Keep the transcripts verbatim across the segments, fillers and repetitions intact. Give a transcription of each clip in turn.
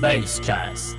Basecast.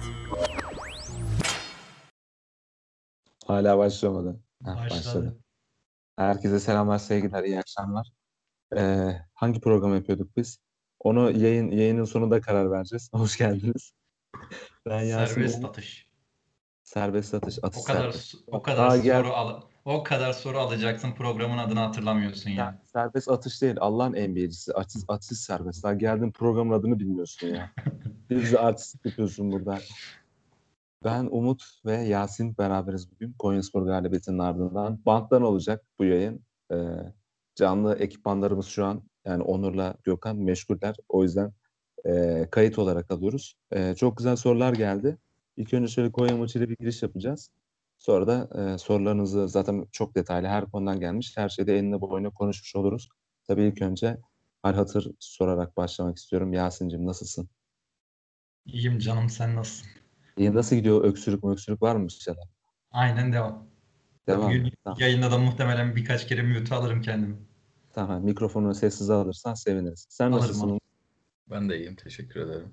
Hala başlamadı. Heh, Başladı. başladı. Herkese selamlar, sevgiler, iyi akşamlar. Ee, hangi program yapıyorduk biz? Onu yayın yayının sonunda karar vereceğiz. Hoş geldiniz. Ben Yasin Serbest Umut. atış. Serbest atış, atış O kadar serbest. o kadar Aa, gel. soru al o kadar soru alacaksın, programın adını hatırlamıyorsun Ser- ya. serbest atış değil, Allah'ın N B A'cisi. Atış, atış serbest. Daha geldin programın adını bilmiyorsun ya. Biz de artist yapıyorsun burada. Ben Umut ve Yasin beraberiz bugün. Konyaspor galibiyetinin ardından. Banttan olacak bu yayın. Ee, canlı ekipmanlarımız şu an, yani Onur'la Gökhan meşguller. O yüzden e, kayıt olarak alıyoruz. E, çok güzel sorular geldi. İlk önce şöyle Konya maçıyla bir giriş yapacağız. Sonra da e, sorularınızı zaten çok detaylı her konudan gelmiş. Her şeyde enine boyuna konuşmuş oluruz. Tabii ilk önce hal hatır sorarak başlamak istiyorum. Yasin'cim nasılsın? İyiyim canım, sen nasılsın? İyi, nasıl gidiyor? Öksürük mü öksürük var mı bir şeyler? Aynen devam. Devam mı? Bugün Tamam. yayında da muhtemelen birkaç kere mute alırım kendimi. Tamam. Mikrofonu sessize alırsan seviniriz. Sen Alırım nasılsın? alırım. Ben de iyiyim, teşekkür ederim.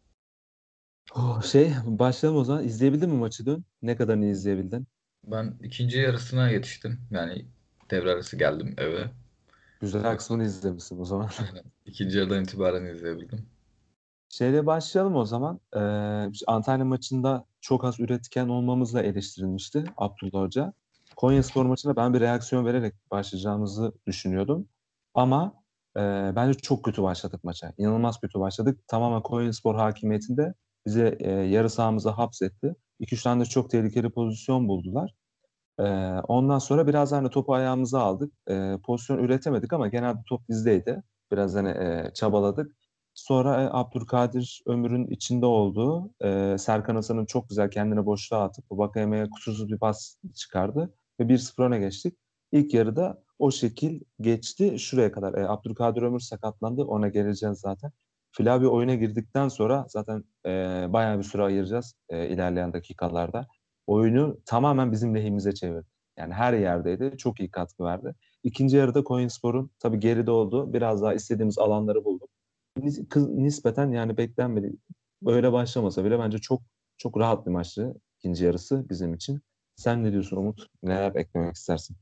Oh, şey başlayalım o zaman. İzleyebildin mi maçı dün? Ne kadarını izleyebildin? Ben ikinci yarısına yetiştim. Yani devre arası geldim eve. Güzel kısmını izlemişsin o zaman. Aynen. İkinci yarıdan itibaren izleyebildim. Şeyle başlayalım o zaman. Ee, işte Antalya maçında çok az üretken olmamızla eleştirilmişti Abdullah Hoca. Konyaspor maçında ben bir reaksiyon vererek başlayacağımızı düşünüyordum. Ama e, bence çok kötü başladık maça. İnanılmaz kötü başladık. Tamamen Konyaspor hakimiyetinde bize e, yarı sahamıza hapsetti. İki üç tane de çok tehlikeli pozisyon buldular. Ee, ondan sonra biraz hani topu ayağımıza aldık. Ee, pozisyon üretemedik ama genelde top bizdeydi. Biraz hani e, çabaladık. Sonra e, Abdülkadir Ömür'ün içinde olduğu e, Serkan Hasan'ın çok güzel kendini boşluğa atıp Vakayeme'ye kusursuz bir pas çıkardı. Ve bir sıfır öne geçtik. İlk yarıda o şekil geçti şuraya kadar. E, Abdülkadir Ömür sakatlandı. Ona geleceğiz zaten. Flavio oyuna girdikten sonra zaten e, bayağı bir süre ayıracağız e, ilerleyen dakikalarda. Oyunu tamamen bizim lehimize çevirdi. Yani her yerdeydi. Çok iyi katkı verdi. İkinci yarıda Konyaspor'un tabii geride olduğu biraz daha istediğimiz alanları bulduk. Nis- kız- Nispeten yani beklenmedi. Böyle başlamasa bile bence çok çok rahat bir maçtı ikinci yarısı bizim için. Sen ne diyorsun Umut? Neler eklemek istersin?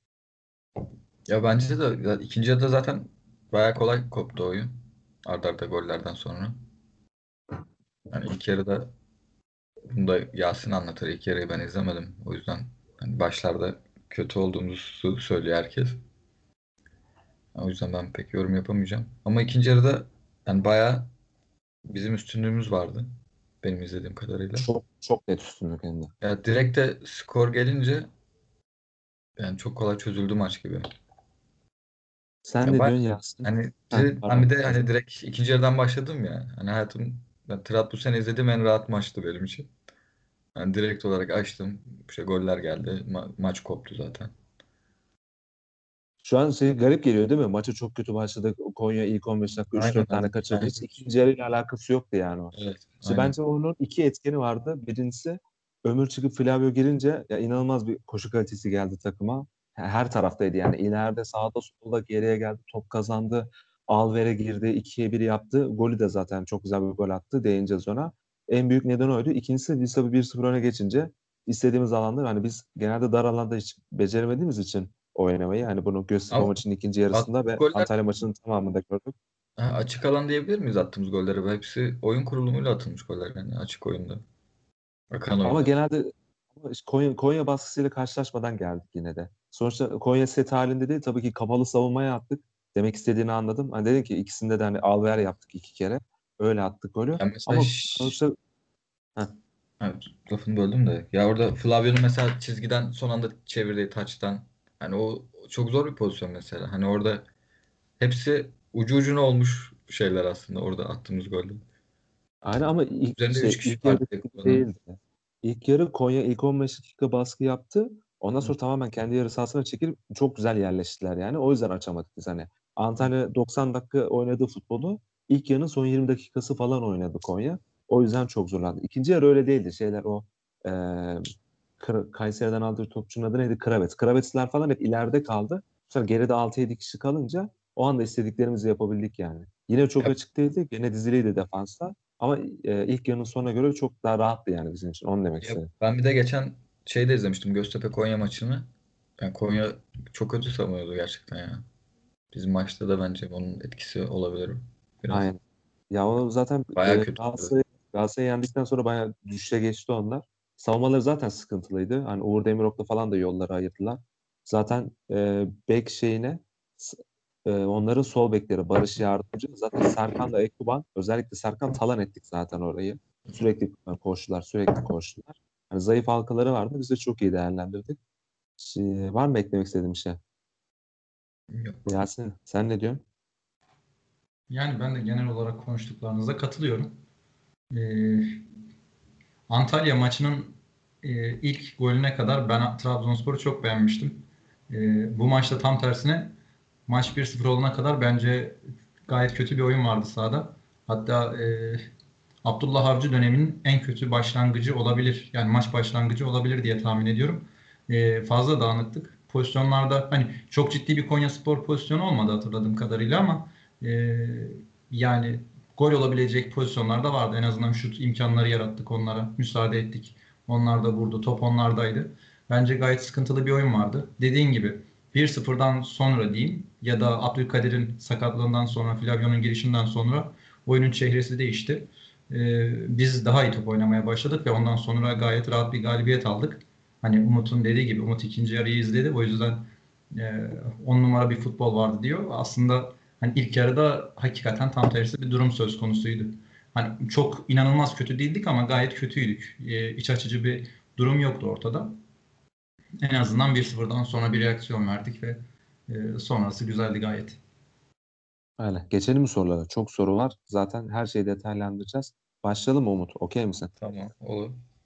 Ya bence de ya ikinci yarıda zaten bayağı kolay koptu oyun. Arda arda gollerden sonra. Yani ilk yarıda bunu da Yasin anlatır. İlk yarıyı ben izlemedim. O yüzden hani başlarda kötü olduğumuzu söylüyor herkes. O yüzden ben pek yorum yapamayacağım. Ama ikinci yarıda yani bayağı bizim üstünlüğümüz vardı. Benim izlediğim kadarıyla. Çok çok net üstünlük hem de. Ya direkt de skor gelince yani çok kolay çözüldü maç gibi. Sen Ya ne ben diyorsun Yasin? hani Heh, direkt- ben pardon. bir de hani direkt ikinci yarıdan başladım ya. Hani hayatım ben Tirat bu sene izlediğim en rahat maçtı benim için. Yani direkt olarak açtım. İşte goller geldi. Ma- maç koptu zaten. Şu an şey garip geliyor değil mi? Maça çok kötü başladık. Konya ilk on beş dakika üç Aynen dört tane aynen. kaçırdı. Yani Hiç hiç- ikinci yarıyla alakası yoktu yani o. evet, İşte aynen. bence onun iki etkeni vardı. Birincisi Ömür çıkıp Flavio girince ya inanılmaz bir koşu kalitesi geldi takıma. Her taraftaydı yani. İleride sağda solda geriye geldi. Top kazandı. Alver'e girdi. ikiye bir yaptı. Golü de zaten çok güzel bir gol attı. Değineceğiz ona. En büyük neden oydu. İkincisi biz tabii bir sıfır öne geçince istediğimiz alanda hani biz genelde dar alanda hiç beceremediğimiz için oynamayı. Hani bunu Göztepe Ama maçının ikinci yarısında attığımız ve goller Antalya maçının tamamında gördük. ha, açık alan diyebilir miyiz attığımız gollere? Hepsi oyun kurulumuyla atılmış goller yani açık oyunda. Akan Ama oyunda. genelde ama işte Konya, Konya baskısıyla karşılaşmadan geldik yine de. Sonuçta Konya set halinde değil tabii ki kapalı savunmaya attık. Demek istediğini anladım. Hani dedim ki ikisinde de hani alver yaptık iki kere. Öyle attık golü. Yani mesela Ama ş- sonuçta heh, evet, lafını böldüm de. Ya orada Flavio'nun mesela çizgiden son anda çevirdiği taçtan hani o çok zor bir pozisyon mesela. Hani orada hepsi ucu ucuna olmuş şeyler aslında orada attığımız goller. aynen ama ilk, Üzerinde üç şey, kişi ilk vardı yarıdaki tek gibi kullanan. değildi. İlk yarı Konya ilk on beş dakika baskı yaptı. Ondan Hı. sonra tamamen kendi yarı sahasına çekilip çok güzel yerleştiler yani. O yüzden açamadık biz hani. Antalya doksan dakika oynadığı futbolu ilk yarının son yirmi dakikası falan oynadı Konya. O yüzden çok zorlandı. İkinci yarı öyle değildi. Şeyler o e, Kır- Kayseri'den aldığı topçunun adı neydi? Kravets. Kravetsler falan hep ileride kaldı. Sonra geride altı yedi kişi kalınca o anda istediklerimizi yapabildik yani. Yine çok Ya, açık değildi. Yine diziliydi defansta. Ama e, ilk yarının sonuna göre çok daha rahattı yani bizim için. Onu demek Ya istedim. ben bir de geçen şeyde izlemiştim Göztepe Konya maçını. Yani Konya çok kötü savunuyordu gerçekten ya. Bizim maçta da bence onun etkisi olabilir biraz. Aynen. Ya o zaten Bayağı e, kötü. Galatasaray, Galatasaray'ı yendikten sonra bayağı düşüşe geçti onlar. Savunmaları zaten sıkıntılıydı. Hani Uğur Demirok'la falan da yolları ayırdılar. Zaten e, bek şeyine s- e, onların sol bekleri Barış Yardımcı. Zaten Serkan'la Ekuban, özellikle Serkan talan ettik zaten orayı. Sürekli koştular, sürekli koştular. Hani zayıf halkaları vardı. Biz de çok iyi değerlendirdik. Şey, var mı eklemek istediğim bir şey? Yok. Yasin, sen ne diyorsun? Yani ben de genel olarak konuştuklarınıza katılıyorum. Ee, Antalya maçının e, ilk golüne kadar ben Trabzonspor'u çok beğenmiştim. E, bu maçta tam tersine maç bir sıfır olana kadar bence gayet kötü bir oyun vardı sahada. Hatta e, Abdullah Avcı döneminin en kötü başlangıcı olabilir. Yani maç başlangıcı olabilir diye tahmin ediyorum. E, fazla dağınıktık. Pozisyonlarda hani çok ciddi bir Konyaspor pozisyonu olmadı hatırladığım kadarıyla ama e, yani gol olabilecek pozisyonlar da vardı. En azından şut imkanları yarattık onlara. Müsaade ettik. Onlar da vurdu. Top onlardaydı. Bence gayet sıkıntılı bir oyun vardı. Dediğin gibi bir sıfırdan sonra diyeyim ya da Abdülkadir'in sakatlığından sonra, Flavio'nun girişinden sonra oyunun çehresi değişti. Ee, biz daha iyi top oynamaya başladık ve ondan sonra gayet rahat bir galibiyet aldık. Hani Umut'un dediği gibi Umut ikinci yarıyı izledi. O yüzden e, on numara bir futbol vardı diyor. Aslında hani ilk yarıda hakikaten tam tersi bir durum söz konusuydu. Hani çok inanılmaz kötü değildik ama gayet kötüydük. E, iç açıcı bir durum yoktu ortada. En azından bir sıfırdan sonra bir reaksiyon verdik ve e, sonrası güzeldi gayet. Öyle. Geçelim mi sorulara? Çok soru var. Zaten her şeyi detaylandıracağız. Başlayalım mı Umut? Okey misin? Tamam, olur.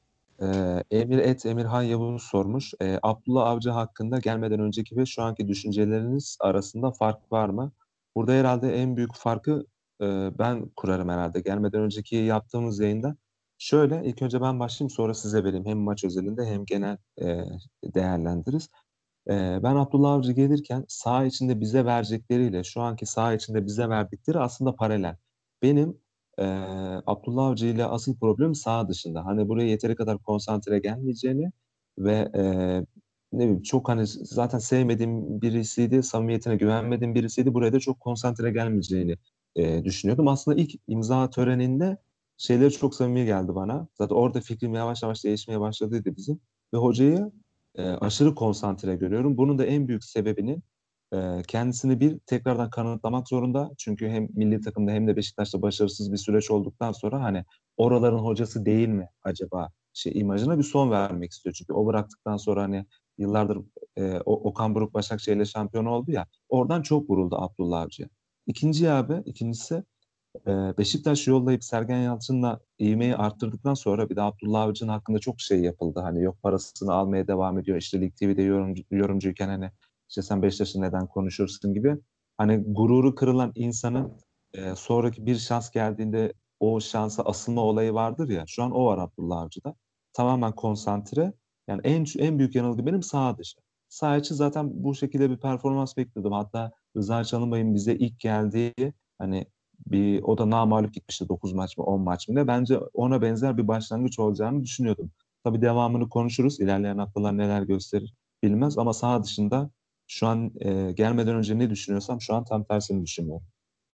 Ee, Emir Et Emirhan Yavuz sormuş. Ee, Abdullah Avcı hakkında gelmeden önceki ve şu anki düşünceleriniz arasında fark var mı? Burada herhalde en büyük farkı e, ben kurarım herhalde. Gelmeden önceki yaptığımız yayında. Şöyle ilk önce ben başlayayım sonra size vereyim. Hem maç özelinde hem genel e, değerlendiririz. Ee, ben Abdullah Avcı gelirken saha içinde bize verecekleriyle şu anki saha içinde bize verdikleri aslında paralel. Benim e, Abdullah Avcı ile asıl problem saha dışında. Hani buraya yeteri kadar konsantre gelmeyeceğini ve e, ne bileyim çok hani zaten sevmediğim birisiydi, samimiyetine güvenmediğim birisiydi. Buraya da çok konsantre gelmeyeceğini e, düşünüyordum. Aslında ilk imza töreninde şeyleri çok samimi geldi bana. Zaten orada fikrim yavaş yavaş değişmeye başladıydı bizim. Ve hocayı e, aşırı konsantre görüyorum. Bunun da en büyük sebebini e, kendisini bir tekrardan kanıtlamak zorunda. Çünkü hem milli takımda hem de Beşiktaş'ta başarısız bir süreç olduktan sonra hani oraların hocası değil mi acaba şey imajına bir son vermek istiyor. Çünkü o bıraktıktan sonra hani yıllardır e, o, Okan Buruk Başakşehir'le şampiyon oldu ya. Oradan çok vuruldu Abdullah Avcı'ya. İkinci abi, ikincisi ee, Beşiktaş yollayıp Sergen Yalçın'la ivmeyi arttırdıktan sonra bir de Abdullah Avcı'nın hakkında çok şey yapıldı. Hani yok parasını almaya devam ediyor. İşte Lig T V'de yorumcu, yorumcuyken hani işte sen Beşiktaş'ı neden konuşursun gibi. Hani gururu kırılan insanın e, sonraki bir şans geldiğinde o şansa asılma olayı vardır ya. Şu an o var Abdullah Avcı'da. Tamamen konsantre. Yani en en büyük yanılgı benim sağ dışı. Sağ içi zaten bu şekilde bir performans bekliyordum. Hatta Rıza Çalınbay'ın bize ilk geldiği hani bir o da namağlup gitmişti dokuz maç mı on maç mı ne. Bence ona benzer bir başlangıç olacağını düşünüyordum. Tabii devamını konuşuruz. İlerleyen haftalar neler gösterir bilmez ama saha dışında şu an e, gelmeden önce ne düşünüyorsam şu an tam tersini düşünüyorum.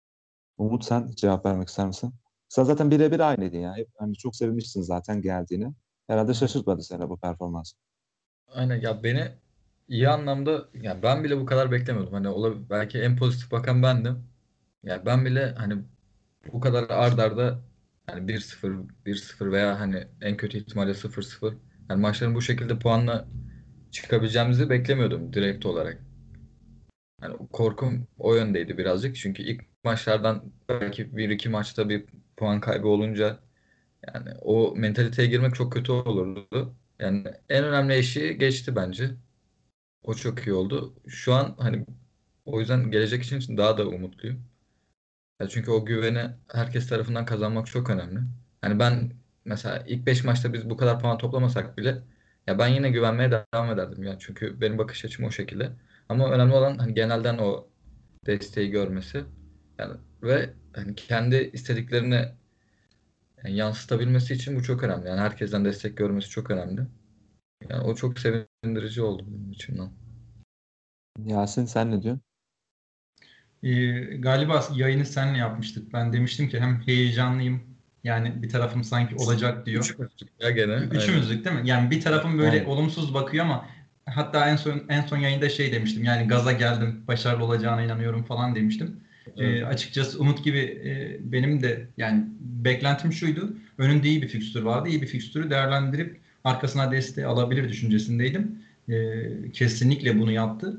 Umut sen cevap vermek ister misin? Sen zaten birebir aynıydın ya. Hep hani çok sevinmişsin zaten geldiğini. Herhalde Aynen. şaşırtmadı seni bu performans. Aynen ya beni iyi anlamda ya ben bile bu kadar beklemiyordum. Hani ola, belki en pozitif bakan bendim. Ya ben bile hani bu kadar ard arda hani bir sıfır bir sıfır veya hani en kötü ihtimalle sıfır sıfır yani maçların bu şekilde puanla çıkabileceğimizi beklemiyordum direkt olarak. Hani korkum o yöndeydi birazcık. Çünkü ilk maçlardan belki bir iki maçta bir puan kaybı olunca yani o mentaliteye girmek çok kötü olurdu. Yani en önemli eşiği geçti bence. O çok iyi oldu. Şu an hani o yüzden gelecek için daha da umutluyum. Ya çünkü o güveni herkes tarafından kazanmak çok önemli. Hani ben mesela ilk beş maçta biz bu kadar puan toplamasak bile ya ben yine güvenmeye devam ederdim yani çünkü benim bakış açım o şekilde. Ama önemli olan hani genelden o desteği görmesi. Yani ve hani kendi istediklerini Yani yansıtabilmesi için bu çok önemli. Yani herkesten destek görmesi çok önemli. Yani o çok sevindirici oldu benim içimden. Yasin sen ne diyorsun? Ee, galiba yayını seninle yapmıştık. Ben demiştim ki hem heyecanlıyım, yani bir tarafım sanki olacak diyor. Üçümüz ya gene. Ü- Aynen. Üçümüzlük değil mi? Yani bir tarafım böyle Yani olumsuz bakıyor ama hatta en son en son yayında şey demiştim. Yani gaza geldim, başarılı olacağına inanıyorum falan demiştim. Evet. Ee, açıkçası Umut gibi e, benim de yani beklentim şuydu. Önünde iyi bir fikstür vardı. İyi bir fikstürü değerlendirip arkasına desteği alabilir düşüncesindeydim. Ee, kesinlikle bunu yaptı.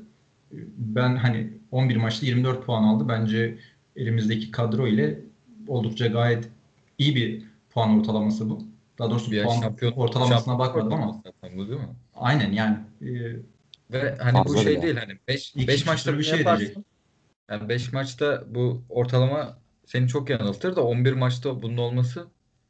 Ben hani on bir maçta yirmi dört puan aldı. Bence elimizdeki kadro ile oldukça gayet iyi bir puan ortalaması bu. Daha doğrusu Bir puan şampiyonluk ortalamasına şampiyonluk bakmadım ortalaması ama zaten bu değil mi? aynen yani e, Ve hani bu fazla şey bile. değil, hani beş iki beş küsür maçta bir bunu şey edecek. yaparsın. Yani beş maçta bu ortalama seni çok yanıltır da on bir maçta bunun olması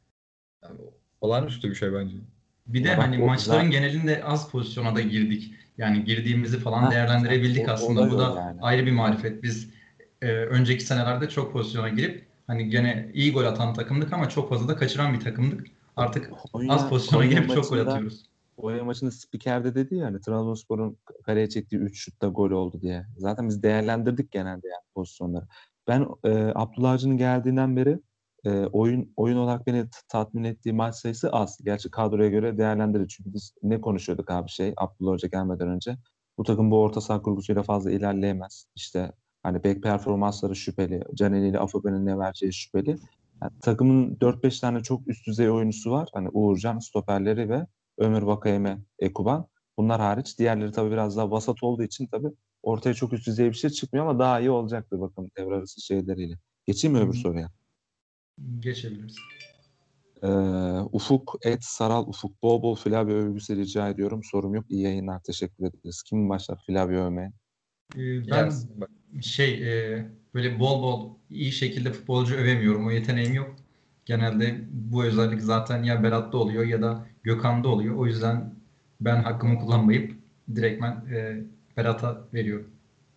yani olağanüstü bir şey bence. Bir de Ya bak hani o za maçların genelinde az pozisyona da girdik. Yani girdiğimizi falan ha mesela değerlendirebildik o, o da aslında. Bu o da yani. ayrı bir marifet. Biz e, önceki senelerde çok pozisyona girip hani gene iyi gol atan takımdık ama çok fazla da kaçıran bir takımdık. Artık az Konya pozisyona Konya girip çok gol maçında atıyoruz. Konya maçında spiker de dedi ya hani Trabzonspor'un kaleye çektiği üç şutta gol oldu diye. Zaten biz değerlendirdik genelde yani pozisyonları. Ben e, Abdullah Avcı'nın geldiğinden beri e, oyun oyun olarak beni t- tatmin ettiği maç sayısı az. Gerçi kadroya göre değerlendirir. Çünkü biz ne konuşuyorduk abi şey Abdullah Hoca gelmeden önce. Bu takım bu orta saha kurgusuyla fazla ilerleyemez. İşte hani bek performansları şüpheli. Caneli ile Afobe'nin ne vereceği şüpheli. Yani takımın dört beş tane çok üst düzey oyuncusu var. Hani Uğurcan, stoperleri ve Ömür Vakayeme, Ekuban. Bunlar hariç. Diğerleri tabii biraz daha vasat olduğu için tabii ortaya çok üst düzey bir şey çıkmıyor ama daha iyi olacaktır bakın devre arası şeyleriyle. Geçeyim mi Hı öbür hı. soruya? Geçebiliriz. Ee, Ufuk et Saral Ufuk. Bol bol Flavio övgüsü rica ediyorum. Sorum yok. İyi yayınlar. Teşekkür ederiz. Kim başlar Flavio övmeye? Ee, Ben Yersin bak. şey e, böyle bol bol iyi şekilde futbolcu övemiyorum. O yeteneğim yok. Genelde bu özellik zaten ya Berat'ta oluyor ya da Gökhan'da oluyor. O yüzden ben hakkımı kullanmayıp direktmen e, Berat'a veriyorum.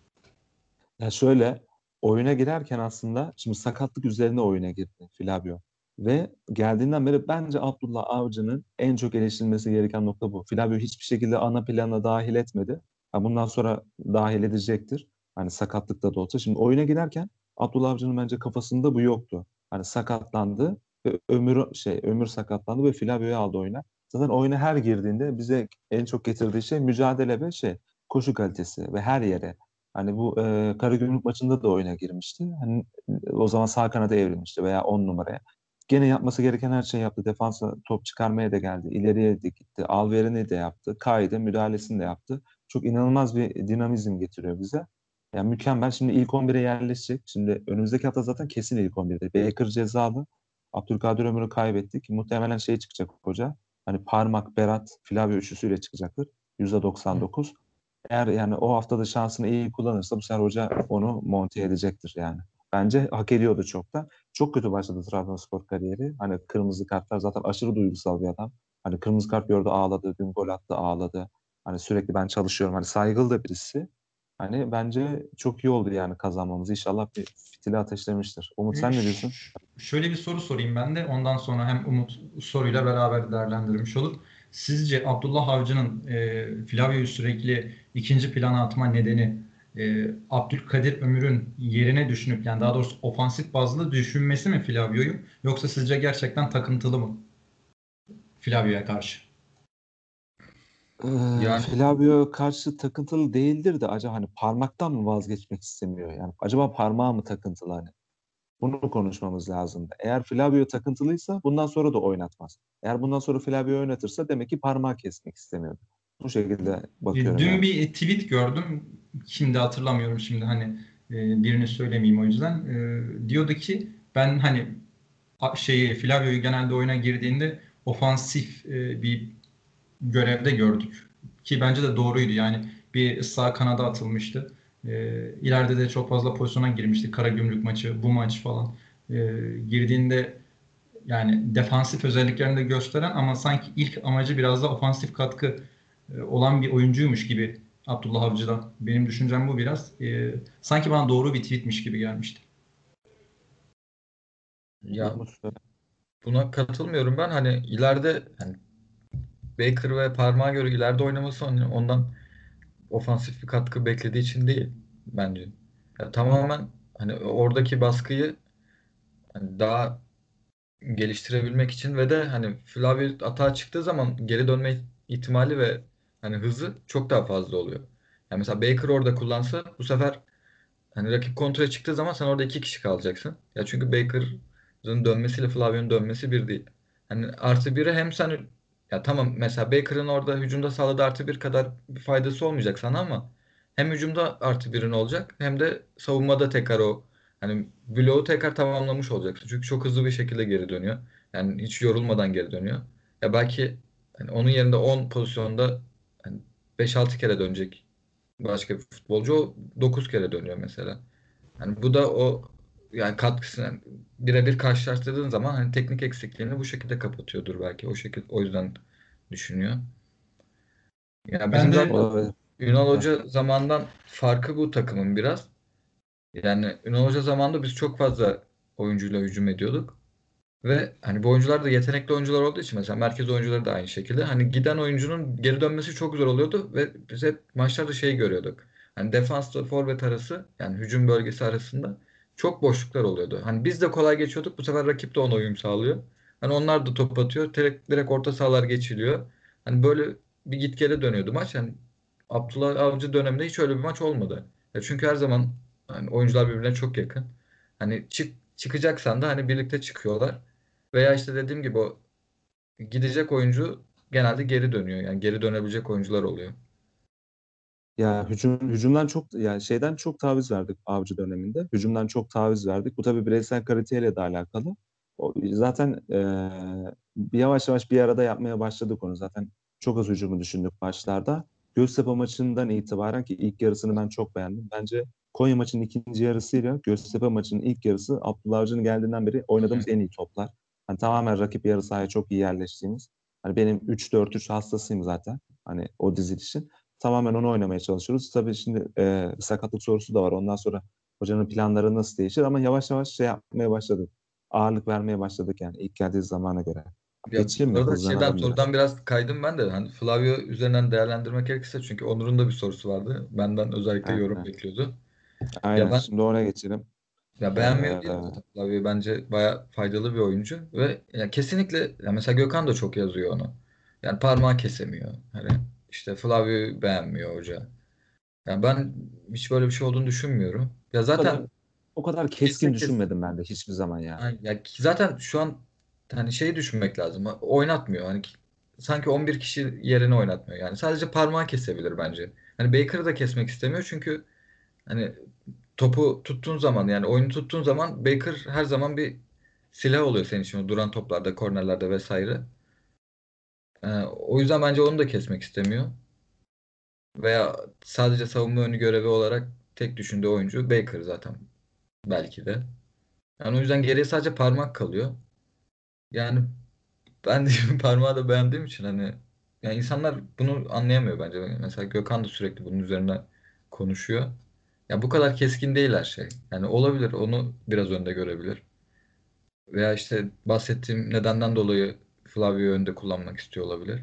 Ya şöyle oyuna girerken aslında şimdi sakatlık üzerine oyuna girdi Flavio. Ve geldiğinden beri bence Abdullah Avcı'nın en çok eleştirilmesi gereken nokta bu. Flavio hiçbir şekilde ana plana dahil etmedi. Ha, bundan sonra dahil edecektir. Hani sakatlıkta da olsa. Şimdi oyuna girerken Abdullah Avcı'nın bence kafasında bu yoktu. Hani sakatlandı ve ömür şey ömür sakatlandı ve Flavio'yu aldı oyuna. Zaten oyuna her girdiğinde bize en çok getirdiği şey mücadele ve şey koşu kalitesi ve her yere. Hani bu e, Karagümrük maçında da oyuna girmişti. Hani o zaman sağ kanada evrilmişti veya on numaraya. Gene yapması gereken her şeyi yaptı. Defansa top çıkarmaya da geldi. İleriye de gitti. Alverini de yaptı. Kaydı. Müdahalesini de yaptı. Çok inanılmaz bir dinamizm getiriyor bize. Yani mükemmel. Şimdi ilk on bire yerleşecek. Şimdi önümüzdeki hafta zaten kesin ilk on birde. Baker cezalı. Abdülkadir Ömür'ü kaybettik. Muhtemelen şey çıkacak hoca. Hani Parmak, Berat, Flavio üçlüsüyle çıkacaktır. yüzde doksan dokuz. Eğer yani o haftada şansını iyi kullanırsa bu sefer hoca onu monte edecektir yani. Bence hak ediyordu çoktan. Çok kötü başladı Trabzonspor kariyeri. Hani kırmızı kartlar zaten aşırı duygusal bir adam. Hani kırmızı kart gördü ağladı. Dün gol attı ağladı. Hani sürekli ben çalışıyorum. Hani saygılı da birisi. Hani bence çok iyi oldu yani kazanmamız. İnşallah bir fitili ateşlemiştir. Umut E, sen ne diyorsun? ş- Şöyle bir soru sorayım ben de. Ondan sonra hem Umut soruyla beraber değerlendirmiş olur. Sizce Abdullah Avcı'nın e, Flavio'yu sürekli ikinci plana atma nedeni e, Abdülkadir Ömür'ün yerine düşünüp yani daha doğrusu ofansif bazlı düşünmesi mi Flavio'yu yoksa sizce gerçekten takıntılı mı Flavio'ya karşı? Ee, Yani Flavio karşı takıntılı değildir de acaba hani parmaktan mı vazgeçmek istemiyor? Yani acaba parmağı mı takıntılı hani? Bunu konuşmamız lazımdı. Eğer Flavio takıntılıysa bundan sonra da oynatmaz. Eğer bundan sonra Flavio oynatırsa demek ki parmağı kesmek istemiyordu. Bu şekilde E, bakıyorum Dün yani. bir tweet gördüm. Şimdi hatırlamıyorum şimdi hani e, birini söylemeyeyim o yüzden. E, diyordu ki ben hani a- şeyi Flavio'yu genelde oyuna girdiğinde ofansif e, bir görevde gördük. Ki bence de doğruydu. Yani bir sağ kanada atılmıştı. E, ileride de çok fazla pozisyona girmişti. Karagümrük maçı, bu maç falan. E, girdiğinde yani defansif özelliklerini de gösteren ama sanki ilk amacı biraz da ofansif katkı e, olan bir oyuncuymuş gibi Abdullah Avcı'da. Benim düşüncem bu biraz. E, sanki bana doğru bir tweetmiş gibi gelmişti. ya Umut söyle. buna katılmıyorum ben. Hani ileride hani Baker ve parmağa göre ileride oynaması on- ondan ofansif bir katkı beklediği için değil bence. Ya tamamen hani oradaki baskıyı hani daha geliştirebilmek için ve de hani Flavio atağa çıktığı zaman geri dönme ihtimali ve hani hızı çok daha fazla oluyor. Yani mesela Baker orada kullansa bu sefer hani rakip kontraya çıktığı zaman sen orada iki kişi kalacaksın. Ya çünkü Baker'ın dönmesiyle Flavio'nun dönmesi bir değil. Hani artı biri hem sen ya tamam mesela Baker'ın orada hücumda sağladığı artı bir kadar bir faydası olmayacak sana ama hem hücumda artı birin olacak hem de savunmada tekrar o hani bloğu tekrar tamamlamış olacaksın. Çünkü çok hızlı bir şekilde geri dönüyor. Yani hiç yorulmadan geri dönüyor. Ya belki hani onun yerinde on pozisyonda hani beş altı kere dönecek başka bir futbolcu o dokuz kere dönüyor mesela. Hani bu da o yani katkısını birebir karşılaştırdığın zaman hani teknik eksikliğini bu şekilde kapatıyordur belki. O şekilde o yüzden düşünüyor. Ya Ben bizim de zaten Olabilir. Ünal Heh. Hoca zamandan farkı bu takımın biraz. Yani Ünal Hoca zamanında biz çok fazla oyuncuyla hücum ediyorduk. Ve hani bu oyuncular da yetenekli oyuncular olduğu için mesela merkez oyuncuları da aynı şekilde. Hani giden oyuncunun geri dönmesi çok zor oluyordu ve biz hep maçlarda şey görüyorduk. Hani defansla forvet arası yani hücum bölgesi arasında çok boşluklar oluyordu. Hani biz de kolay geçiyorduk. Bu sefer rakip de ona uyum sağlıyor. Hani onlar da top atıyor. Direkt, direkt orta sahalar geçiliyor. Hani böyle bir git gele dönüyordu maç. Yani Abdullah Avcı döneminde hiç öyle bir maç olmadı. Ya çünkü her zaman hani oyuncular birbirine çok yakın. Hani çık çıkacaksan da hani birlikte çıkıyorlar. Veya işte dediğim gibi o gidecek oyuncu genelde geri dönüyor. Yani geri dönebilecek oyuncular oluyor. Ya hücum hücumdan çok yani şeyden çok taviz verdik Avcı döneminde. Hücumdan çok taviz verdik. Bu tabii bireysel kaliteyle de alakalı. O, zaten eee, bir yavaş yavaş bir arada yapmaya başladık onu. Zaten çok az hücumu düşündük başlarda. Göztepe maçından itibaren ki ilk yarısını ben çok beğendim. Bence Konya maçının ikinci yarısıyla Göztepe maçının ilk yarısı Abdullah Avcı'nın geldiğinden beri oynadığımız en iyi toplar. Hani tamamen rakip yarı sahaya çok iyi yerleştiğimiz. Hani benim üç dört üç hastasıyım zaten. Hani o dizilişin. Tamamen onu oynamaya çalışıyoruz. Tabii şimdi e, bir sakatlık sorusu da var. Ondan sonra hocanın planları nasıl değişir? Ama yavaş yavaş şey yapmaya başladık. Ağırlık vermeye başladık yani ilk geldiği zamana göre. Ya Geçeyim mi? bu arada şeyden Hızlanalım biraz. sorudan biraz kaydım ben de. Hani Flavio üzerinden değerlendirmek gerekirse çünkü Onur'un da bir sorusu vardı. Benden özellikle yorum Aynen. bekliyordu. Ya Aynen. ben Şimdi oraya geçelim. ya Ee, beğenmiyor değilim zaten. Flavio bence baya faydalı bir oyuncu ve ya kesinlikle ya mesela Gökhan da çok yazıyor onu. Yani parmağı kesemiyor. Hani işte Flavio'yu beğenmiyor hoca. Yani ben hiç böyle bir şey olduğunu düşünmüyorum. Ya o kadar zaten o kadar keskin kesse kes. düşünmedim ben de hiçbir zaman ya. Ha, ya ki zaten şu an hani şey düşünmek lazım. Oynatmıyor. Hani ki- sanki on bir kişi yerine oynatmıyor. Yani sadece parmağı kesebilir bence. Hani Baker'ı da kesmek istemiyor çünkü hani topu tuttuğun zaman yani oyunu tuttuğun zaman Baker her zaman bir silah oluyor senin için o duran toplarda, kornerlerde vesaire. Ee, o yüzden bence onu da kesmek istemiyor. Veya sadece savunma önü görevi olarak tek düşündüğü oyuncu Baker zaten belki de. Yani o yüzden geriye sadece parmak kalıyor. Yani ben de parmağı da beğendiğim için hani yani insanlar bunu anlayamıyor bence. Mesela Gökhan da sürekli bunun üzerine konuşuyor. Ya bu kadar keskin değil her şey. Yani olabilir onu biraz önde görebilir. Veya işte bahsettiğim nedenden dolayı Flavio'yu önde kullanmak istiyor olabilir.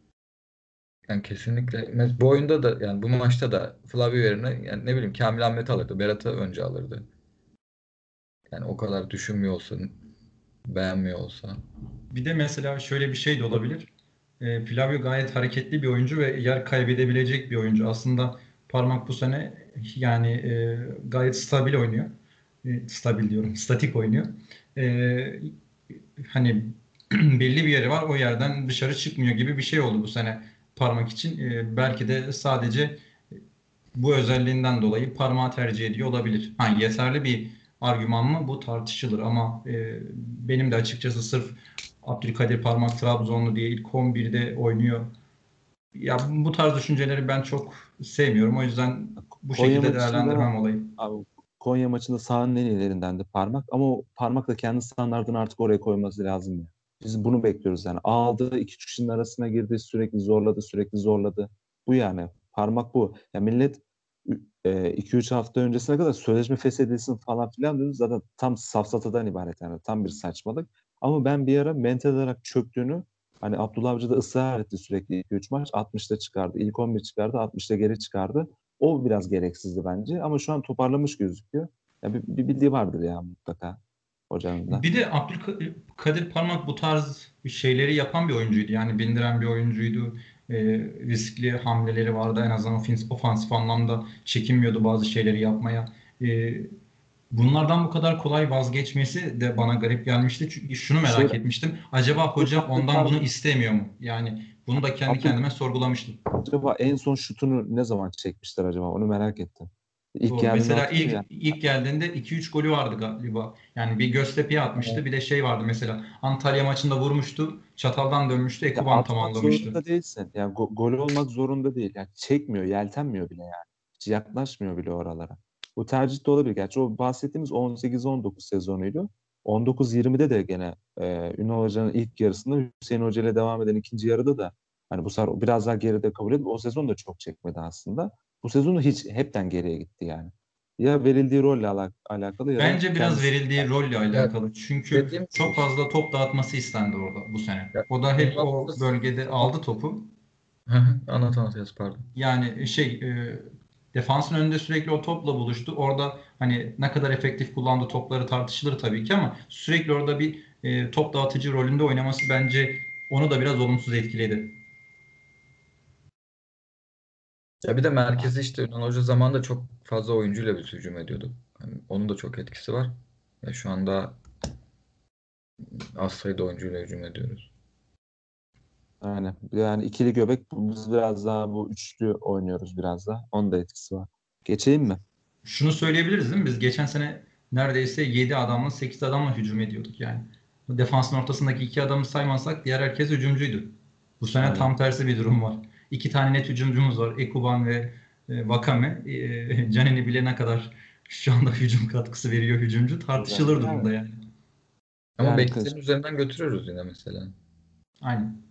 Yani kesinlikle mes- bu oyunda da yani bu maçta da Flavio yerine yani ne bileyim Kamil Ahmet alırdı. Berat'ı önce alırdı. Yani o kadar düşünmüyor olsa, beğenmiyor olsa. bir de mesela şöyle bir şey de olabilir. E, Flavio gayet hareketli bir oyuncu ve yer kaybedebilecek bir oyuncu. Aslında Parmak bu sene yani e, gayet stabil oynuyor. E, stabil diyorum, statik oynuyor. E, Hani belli bir yeri var, o yerden dışarı çıkmıyor gibi bir şey oldu bu sene Parmak için. E, belki de sadece bu özelliğinden dolayı parmağı tercih ediyor olabilir. Ha, yeterli bir argüman mı? Bu tartışılır ama e, benim de açıkçası sırf Abdülkadir Parmak Trabzonlu diye ilk on birde oynuyor. Ya bu tarz düşünceleri ben çok sevmiyorum. O yüzden bu Konya şekilde maçında değerlendirmem olayı. abi, Konya maçında sahanın en iyilerindendi parmak ama o parmak da kendi standartını artık oraya koyması lazım ya. Biz bunu bekliyoruz yani. Aldı iki kişinin arasına girdi sürekli zorladı sürekli zorladı. Bu yani parmak bu. Ya millet iki üç hafta öncesine kadar sözleşme feshedilsin falan filan dedi. Zaten tam safsatadan ibaret yani. Tam bir saçmalık. Ama ben bir ara mental olarak çöktüğünü, hani Abdullah Avcı da ısrar etti sürekli iki üç maç. altmışta çıkardı. İlk on bir çıkardı. altmışta geri çıkardı. O biraz gereksizdi bence. Ama şu an toparlamış gözüküyor. Ya bir, bir bildiği vardır ya mutlaka hocanın da. Bir de Abdülkadir Parmak bu tarz şeyleri yapan bir oyuncuydu. Yani bindiren bir oyuncuydu. E, riskli hamleleri vardı. En azından ofans, ofansif anlamda çekinmiyordu bazı şeyleri yapmaya. E, bunlardan bu kadar kolay vazgeçmesi de bana garip gelmişti. Çünkü şunu merak Şöyle etmiştim. Acaba hoca Abdülkadir ondan bunu Parmak, istemiyor mu? Yani bunu da kendi Abdül kendime sorgulamıştım. acaba en son şutunu ne zaman çekmişler acaba? Onu merak ettim. İlk Doğru. geldiğinde Mesela hatırlıyor ilk ya. ilk geldiğinde iki üç golü vardı galiba. Yani bir Göztepe'ye atmıştı. Bir de şey vardı mesela. Antalya maçında vurmuştu. Çataldan dönmüştü. Ya Ekuban atmak tamamlamıştı. zorunda değilsin. Yani go- gol olmak zorunda değil. Yani çekmiyor, yeltenmiyor bile yani. Hiç yaklaşmıyor bile oralara. Bu tercih de olabilir. Gerçi o bahsettiğimiz on sekiz on dokuz sezonuydu. on dokuz yirmide de gene e, Ünal Hoca'nın ilk yarısında Hüseyin Hoca ile devam eden ikinci yarıda da hani bu sefer biraz daha geride kabul edip o sezon da çok çekmedi aslında. Bu sezonu hiç hepten geriye gitti yani. Ya verildiği rolle ala- alakalı ya da Bence biraz kendisi. verildiği rolle Ya alakalı. Çünkü dediğim gibi çok işte. fazla top dağıtması istendi orada bu sene. Ya, O da hep Ünal o Hoca bölgede aldı topu. Hı hı, anlat anlat yaz pardon. Yani şey e, defansın önünde sürekli o topla buluştu. Orada hani ne kadar efektif kullandığı topları tartışılır tabii ki ama sürekli orada bir e, top dağıtıcı rolünde oynaması bence onu da biraz olumsuz etkiledi. Ya bir de merkezi işte Ünal Hoca zamanında çok fazla oyuncuyla bir hücum ediyordu. Hani onun da çok etkisi var. Ya şu anda az sayıda oyuncuyla hücum ediyoruz. Aynen. Yani ikili göbek biz biraz daha bu üçlü oynuyoruz biraz da. Onun da etkisi var. Geçeyim mi? Şunu söyleyebiliriz değil mi? Biz geçen sene neredeyse yedi adamla sekiz adamla hücum ediyorduk yani. Defansın ortasındaki iki adamı saymazsak diğer herkes hücumcuydu. Bu sene Aynen. tam tersi bir durum var. İki tane net hücumcumuz var. Ekuban ve e, Vakame. E, Canini bile ne kadar şu anda hücum katkısı veriyor hücumcu Güzel. tartışılır Yani, durumda yani. Ama yani kız- beklerin üzerinden götürüyoruz yine mesela. Aynen.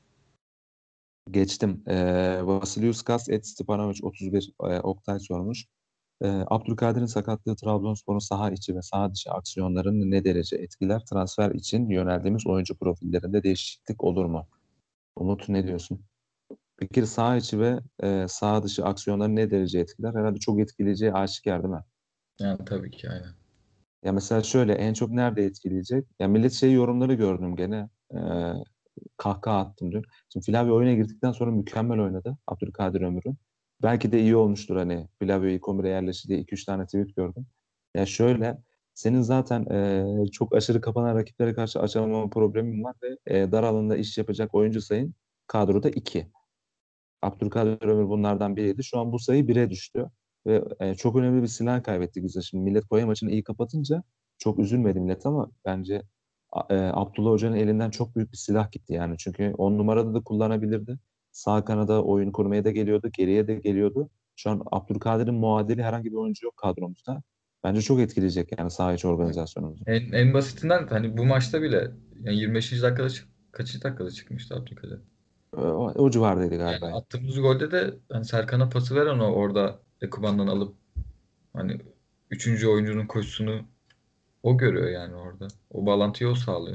geçtim. Ee, Vasiliuskas et Stepanovic otuz bir e, Oktay sormuş. Ee, Abdülkadir'in sakatlığı Trabzonspor'un saha içi ve saha dışı aksiyonlarını ne derece etkiler? Transfer için yöneldiğimiz oyuncu profillerinde değişiklik olur mu? Umut ne diyorsun? Peki saha içi ve e, saha dışı aksiyonları ne derece etkiler? Herhalde çok etkileyeceği aşikar değil mi? Yani tabii ki aynen. Ya mesela şöyle en çok nerede etkileyecek? Ya millet şey yorumları gördüm gene. Ee, kahkaha attım dün. Şimdi Flavio oyuna girdikten sonra mükemmel oynadı Abdülkadir Ömür'ün. Belki de iyi olmuştur hani Flavio ilk on bire yerleşti diye iki üç tane tweet gördüm. Ya şöyle senin zaten e, çok aşırı kapanan rakiplere karşı açamama problemin var ve e, dar alanda iş yapacak oyuncu sayın kadroda iki. Abdülkadir Ömür bunlardan biriydi. Şu an bu sayı bire düştü. Ve e, çok önemli bir silah kaybetti güzel. Şimdi millet Konya maçını iyi kapatınca çok üzülmedi millet ama bence a- e, Abdullah Hoca'nın elinden çok büyük bir silah gitti yani. Çünkü on numarada da kullanabilirdi. Sağ kanada oyun kurmaya da geliyordu. Geriye de geliyordu. Şu an Abdülkadir'in muadili herhangi bir oyuncu yok kadromuzda. Bence çok etkileyecek yani saha içi organizasyonumuzu. En, en basitinden hani bu maçta bile yani yirmi beşinci dakikada çık kaçıncı dakikada çıkmıştı Abdülkadir? O, o civardaydı Yani galiba. attığımız golde de hani Serkan'a pası veren o orada Ekuban'dan alıp hani üçüncü oyuncunun koşusunu o görüyor yani orada. O bağlantıyı o sağlıyor.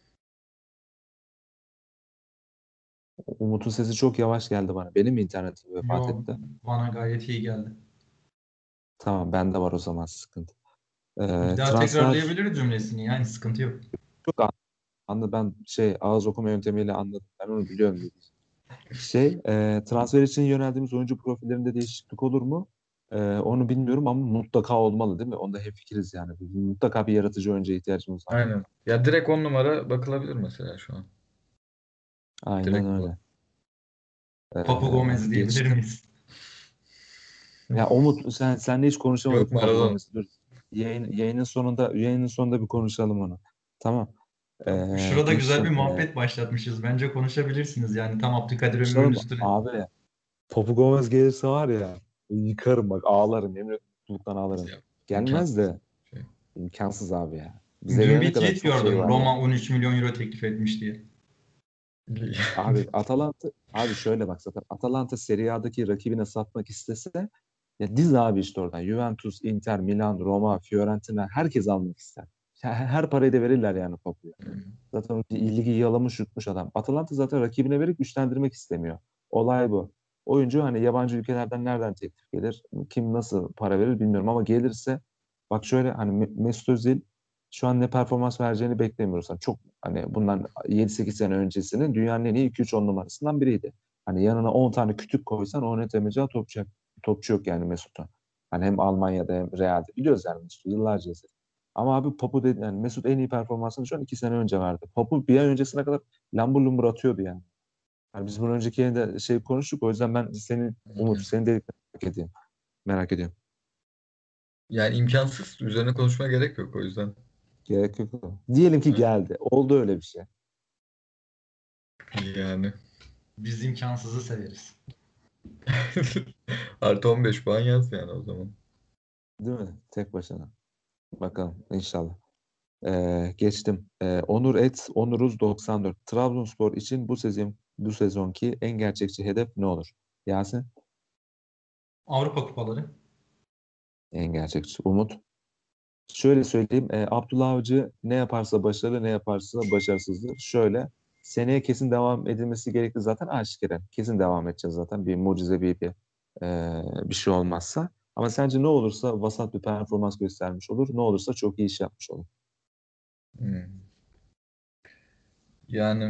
Umut'un sesi çok yavaş geldi bana. Benim mi internetim vefat Yo, etti? bana gayet iyi geldi. Tamam bende var o zaman sıkıntı. Bir Ee, daha transfer tekrarlayabiliriz cümlesini yani sıkıntı yok. çok an- anladım. Ben şey ağız okuma yöntemiyle anladım. Ben onu biliyorum dedi. Şey e, transfer için yöneldiğimiz oyuncu profillerinde değişiklik olur mu? Ee, onu bilmiyorum ama mutlaka olmalı değil mi? Onda hemfikiriz yani. Mutlaka bir yaratıcı oyuncuya ihtiyacımız var. Aynen. Ya direkt on numara bakılabilir mesela şu an. Aynen Direkt öyle. Papu Ee, Gomez diyebilir geçtim. miyiz? Ya Umut sen senle hiç Yok konuşamadık Papu Maradona. Gomez'i. Dur. Yayın, yayının sonunda yayının sonunda bir konuşalım onu. Tamam. Ee, Şurada güzel bir geçtim. Ee, muhabbet başlatmışız. Bence konuşabilirsiniz. Yani tam Abdülkadir Ömür'ün konuşalım üstüne. abi. Papu Gomez gelirse var ya yıkarım bak ağlarım yemin ederim mutluluktan ağlarım. Ya, Gelmez imkansız de bir şey. imkansız abi ya. Bize Dün gelene bir kadar tweet çok şey gördüm. var ya. Roma on üç milyon euro teklif etmiş diye. Abi Atalanta abi şöyle bak zaten Atalanta Serie A'daki rakibine satmak istese ya diz abi işte oradan Juventus, Inter, Milan, Roma, Fiorentina herkes almak ister. her her parayı da verirler yani Papu'ya. Hı. Zaten o ligi yalamış yutmuş adam. Atalanta zaten rakibine verip güçlendirmek istemiyor. Olay bu. Oyuncu hani yabancı ülkelerden nereden teklif gelir? Kim nasıl para verir bilmiyorum ama gelirse bak şöyle hani Me- Mesut Özil şu an ne performans vereceğini beklemiyoruz. Yani çok hani bundan yedi sekiz sene öncesinin dünyanın en iyi iki üç on numarasından biriydi. Hani yanına on tane kütük koysan oynatameyeceği topçu, topçu yok yani Mesut'un. Hani hem Almanya'da hem Real'de. Biliyoruz yani Mesut'u yıllarca izledik. Ama abi Papu dedi yani Mesut en iyi performansını şu an iki sene önce verdi. Papu bir ay öncesine kadar lambur lumbur atıyordu yani. Yani biz bunun önceki yayında şey konuştuk. O yüzden ben senin Umut, senin dediklerini merak ediyorum. Merak ediyorum. Yani imkansız. Üzerine konuşmaya gerek yok o yüzden. Gerek yok. Diyelim ki Aynen. geldi. Oldu öyle bir şey. Yani. Biz imkansızı severiz. Artı on beş puan yaz yani o zaman. Değil mi? Tek başına. Bakalım inşallah. Ee, geçtim. Ee, Onur Et, Onuruz doksan dört. Trabzonspor için bu sezon bu sezonki en gerçekçi hedef ne olur? Yasin? Avrupa kupaları. En gerçekçi. Umut? Şöyle söyleyeyim. E, Abdullah Avcı ne yaparsa başarılı ne yaparsa başarısızdır. Şöyle seneye kesin devam edilmesi gerekli zaten aşikar. Kesin devam edeceğiz zaten. Bir mucize bir, bir, e, bir şey olmazsa. Ama sence ne olursa vasat bir performans göstermiş olur. Ne olursa çok iyi iş yapmış olur. Hmm. Yani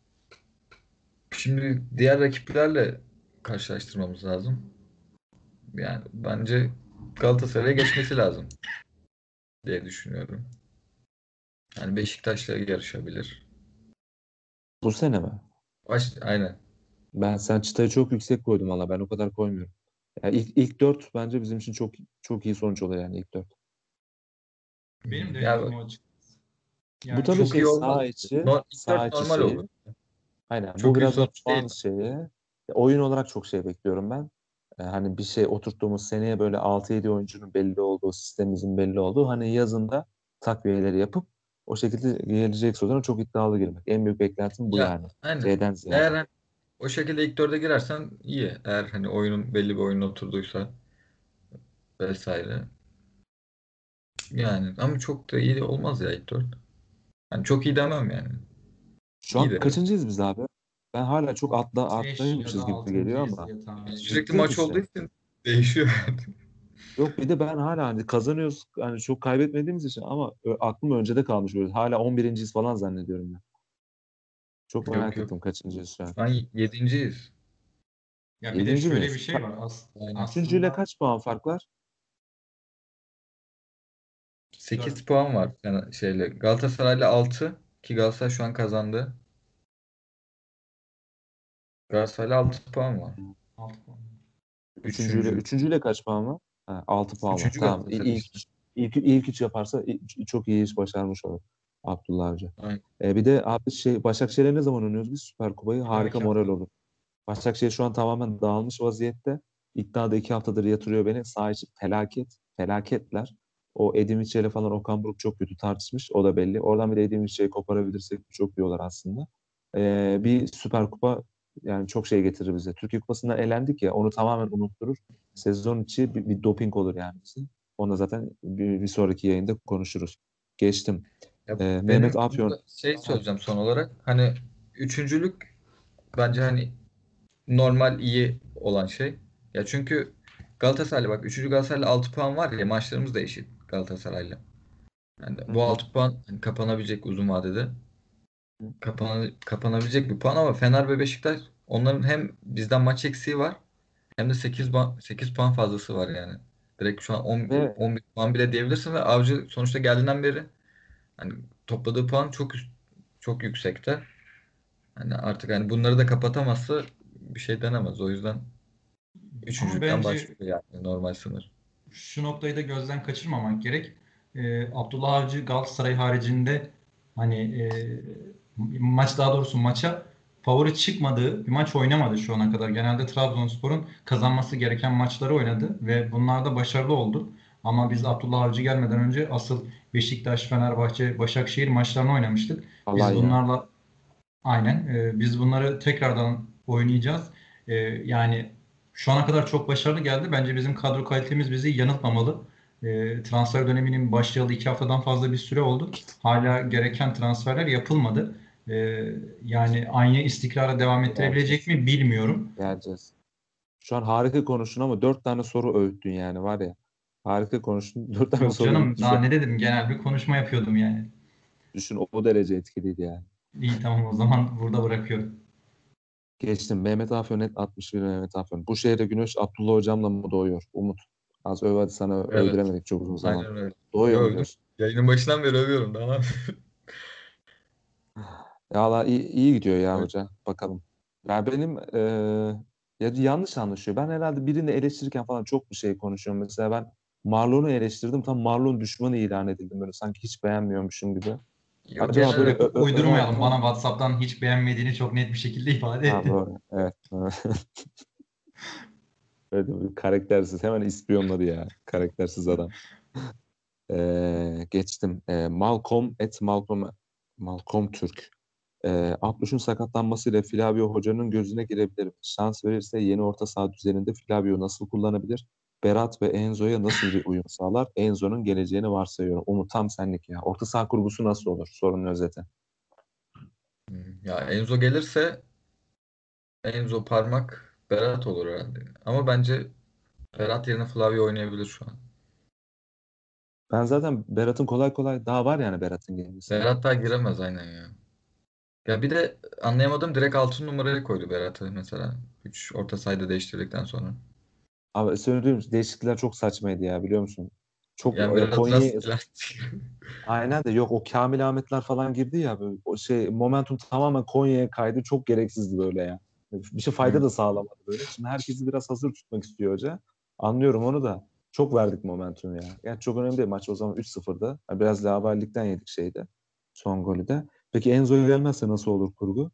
şimdi diğer rakiplerle karşılaştırmamız lazım. Yani bence Galatasaray'a geçmesi lazım diye düşünüyorum. Yani Beşiktaş'la yarışabilir. Bu sene mi? Baş, aynen. Ben sen çıtayı çok yüksek koydum valla. Ben o kadar koymuyorum. Yani ilk, ilk dört bence bizim için çok çok iyi sonuç oluyor yani ilk dört. Benim de Ya hedefim o açıkçası. Bu Yani tabii çok şey iyi olmaz. sağ içi, No, ilk sağ dört içi normal şeyi. olur. Aynen. Bu Çok iyi biraz da sonuç değil. puan şeyi. Ya, oyun olarak çok şey bekliyorum ben. Ee, hani bir şey oturttuğumuz seneye böyle altı yedi oyuncunun belli olduğu, sistemimizin belli olduğu. Hani yazında takviyeleri yapıp o şekilde gelecek sezona çok iddialı girmek. En büyük beklentim bu Ya yani. aynen. Şeyden Eğer ziyade. hani o şekilde ilk dörde girersen iyi. Eğer hani oyunun belli bir oyuna oturduysa vesaire. Yani ama çok da iyi olmaz ya ilk dört. Yani çok iyi demem yani. Şu İyi an derim. kaçıncıyız biz abi? Ben hala çok atla beş ya da arttaymışız gibi geliyor altıncıyız ama diye tahmin ediyorum. Sürekli ciddi maç olduğu misin? için değişiyor. Yok bir de ben hala hani kazanıyoruz hani çok kaybetmediğimiz için ama ö- aklım öncede kalmış böyle. Hala on birinciyiz falan zannediyorum ben. Çok Yok merak yok. ettim kaçıncıyız şu an. Şu an yedinciyiz. Ya bir de Yedinci şöyle bir miyiz? şey var. As Aynen. Üçüncüyle aslında kaç puan fark var? sekiz dört puan var. Yani şeyle Galatasaray'la altı ki Galatasaray şu an kazandı. Galatasaray'la altı puan var. altı puan. Üçüncüyle, Üçüncü. üçüncüyle kaç puan var? Ha, altı puan var. Üçüncü Tamam. İ- Galatasaray İlk, işte. ilk, ilk üç yaparsa i- çok iyi iş başarmış olur Abdullah Avcı. Aynen. E, bir de abi şey Başakşehir'e ne zaman oynuyoruz biz? Süper Kupayı. Bir Harika dahaki moral hafta. olur. Başakşehir şu an tamamen dağılmış vaziyette. İddiada iki haftadır yatırıyor beni. Sağ içi felaket. Felaketler. O Edin Viçer'le falan Okan Buruk çok kötü tartışmış. O da belli. Oradan bir de Edin Viçer'i koparabilirsek çok iyi olur aslında. Ee, bir Süper Kupa yani çok şey getirir bize. Türkiye Kupası'ndan elendik ya onu tamamen unutturur. Sezon içi bir, bir doping olur yani bize. Onu zaten bir, bir sonraki yayında konuşuruz. Geçtim. Ya Ee, Mehmet benim Afyon. burada şey söyleyeceğim son olarak. Hani üçüncülük bence hani normal iyi olan şey. Ya çünkü Galatasaray'la bak üçüncü Galatasaray'la altı puan var ya maçlarımız da eşit Galatasaray'la. Yani Hı bu hı. altı puan hani kapanabilecek uzun vadede. Kapan kapanabilecek bir puan ama Fener ve Beşiktaş onların hem bizden maç eksiği var hem de sekiz, ba- sekiz puan fazlası var yani. Direkt şu an on, Ve on bir puan bile diyebilirsin ve Avcı sonuçta geldiğinden beri hani topladığı puan çok üst- çok yüksekte. Hani artık hani bunları da kapatamazsa bir şey denemez. O yüzden Ama üçüncülükten bence başlıyor yani normal sınır. şu noktayı da gözden kaçırmamak gerek. Ee, Abdullah Avcı Galatasaray haricinde hani e, maç daha doğrusu maça favori çıkmadığı bir maç oynamadı şu ana kadar. Genelde Trabzonspor'un kazanması gereken maçları oynadı ve bunlarda başarılı oldu. Ama biz Abdullah Avcı gelmeden önce asıl Beşiktaş, Fenerbahçe, Başakşehir maçlarını oynamıştık. Biz Alanya. bunlarla aynen. Ee, biz bunları tekrardan oynayacağız. Ee, yani şu ana kadar çok başarılı geldi. Bence bizim kadro kalitemiz bizi yanıltmamalı. E, transfer döneminin başlayalı iki haftadan fazla bir süre oldu. Hala gereken transferler yapılmadı. E, yani aynı istikrara devam ettirebilecek Geleceğiz. mi bilmiyorum. Geleceğiz. Şu an harika konuştun ama dört tane soru öğüttün yani var ya. Harika konuştun. Dört tane Yok soru canım, gitti daha şu an. ne dedim, genel bir konuşma yapıyordum yani. Düşün o, o derece etkiliydi yani. İyi, tamam, o zaman burada bırakıyorum. Geçtim. Mehmet Afyon net altmış bir Mehmet Afyon. Bu şehre güneş Abdullah hocamla mı doğuyor? Umut. Az öv hadi sana Evet. övdüremedik çok uzun zaman. Aynen öyle. Doğuyor mu Övdüm. diyorsun? Yayının başından beri övüyorum. Daha ne yapayım? Ya Allah iyi, iyi gidiyor ya Evet. hoca. Bakalım. Ya benim eee, ya yanlış anlaşıyor. Ben herhalde birini eleştirirken falan çok bir şey konuşuyorum. Mesela ben Marlon'u eleştirdim. Tam Marlon düşmanı ilan edildim. Böyle sanki hiç beğenmiyormuşum gibi. Yo, Acaba böyle genel ö- ö- Uydurmayalım. överken Bana WhatsApp'tan hiç beğenmediğini çok net bir şekilde ifade ha etti. doğru. Evet. Evet, bir karaktersiz. Hemen ispiyonladı ya. Karaktersiz adam. Ee, geçtim. Ee, Malcolm et Malcolm Malcolm Türk. Ee, Abduş'un sakatlanmasıyla Flavio hocanın gözüne girebilir mi? Şans verirse yeni orta saha düzeninde Flavio nasıl kullanabilir? Berat ve Enzo'ya nasıl bir uyum sağlar? Enzo'nun geleceğini varsayıyorum. Umut tam senlik ya. Orta saha kurgusu nasıl olur? Sorunun özeti. Hmm, ya Enzo gelirse Enzo parmak Berat olur herhalde. Ama bence Berat yerine Flavio oynayabilir şu an. Ben zaten Berat'ın kolay kolay daha var yani Berat'ın gelmesine. Berat daha giremez aynen ya. Ya bir de anlayamadım, direkt altı numarayı koydu Berat'ı mesela. Üç orta sahada değiştirdikten sonra. Abi söylediğim değişiklikler çok saçmaydı ya biliyor musun? Yani Çok ya biraz biraz Konya'yı aynen de yok o Kamil Ahmetler falan girdi ya böyle, o şey momentum tamamen Konya'ya kaydı çok gereksizdi böyle ya. Bir şey fayda Hı. da sağlamadı böyle. Şimdi herkesi biraz hazır tutmak istiyor hoca. Anlıyorum onu da. Çok verdik momentum ya. Yani çok önemli değil. Maç o zaman üç sıfırdı. Yani biraz laubalilikten yedik şeyde. Son golü de. Peki Enzo'ya gelmezse nasıl olur kurgu?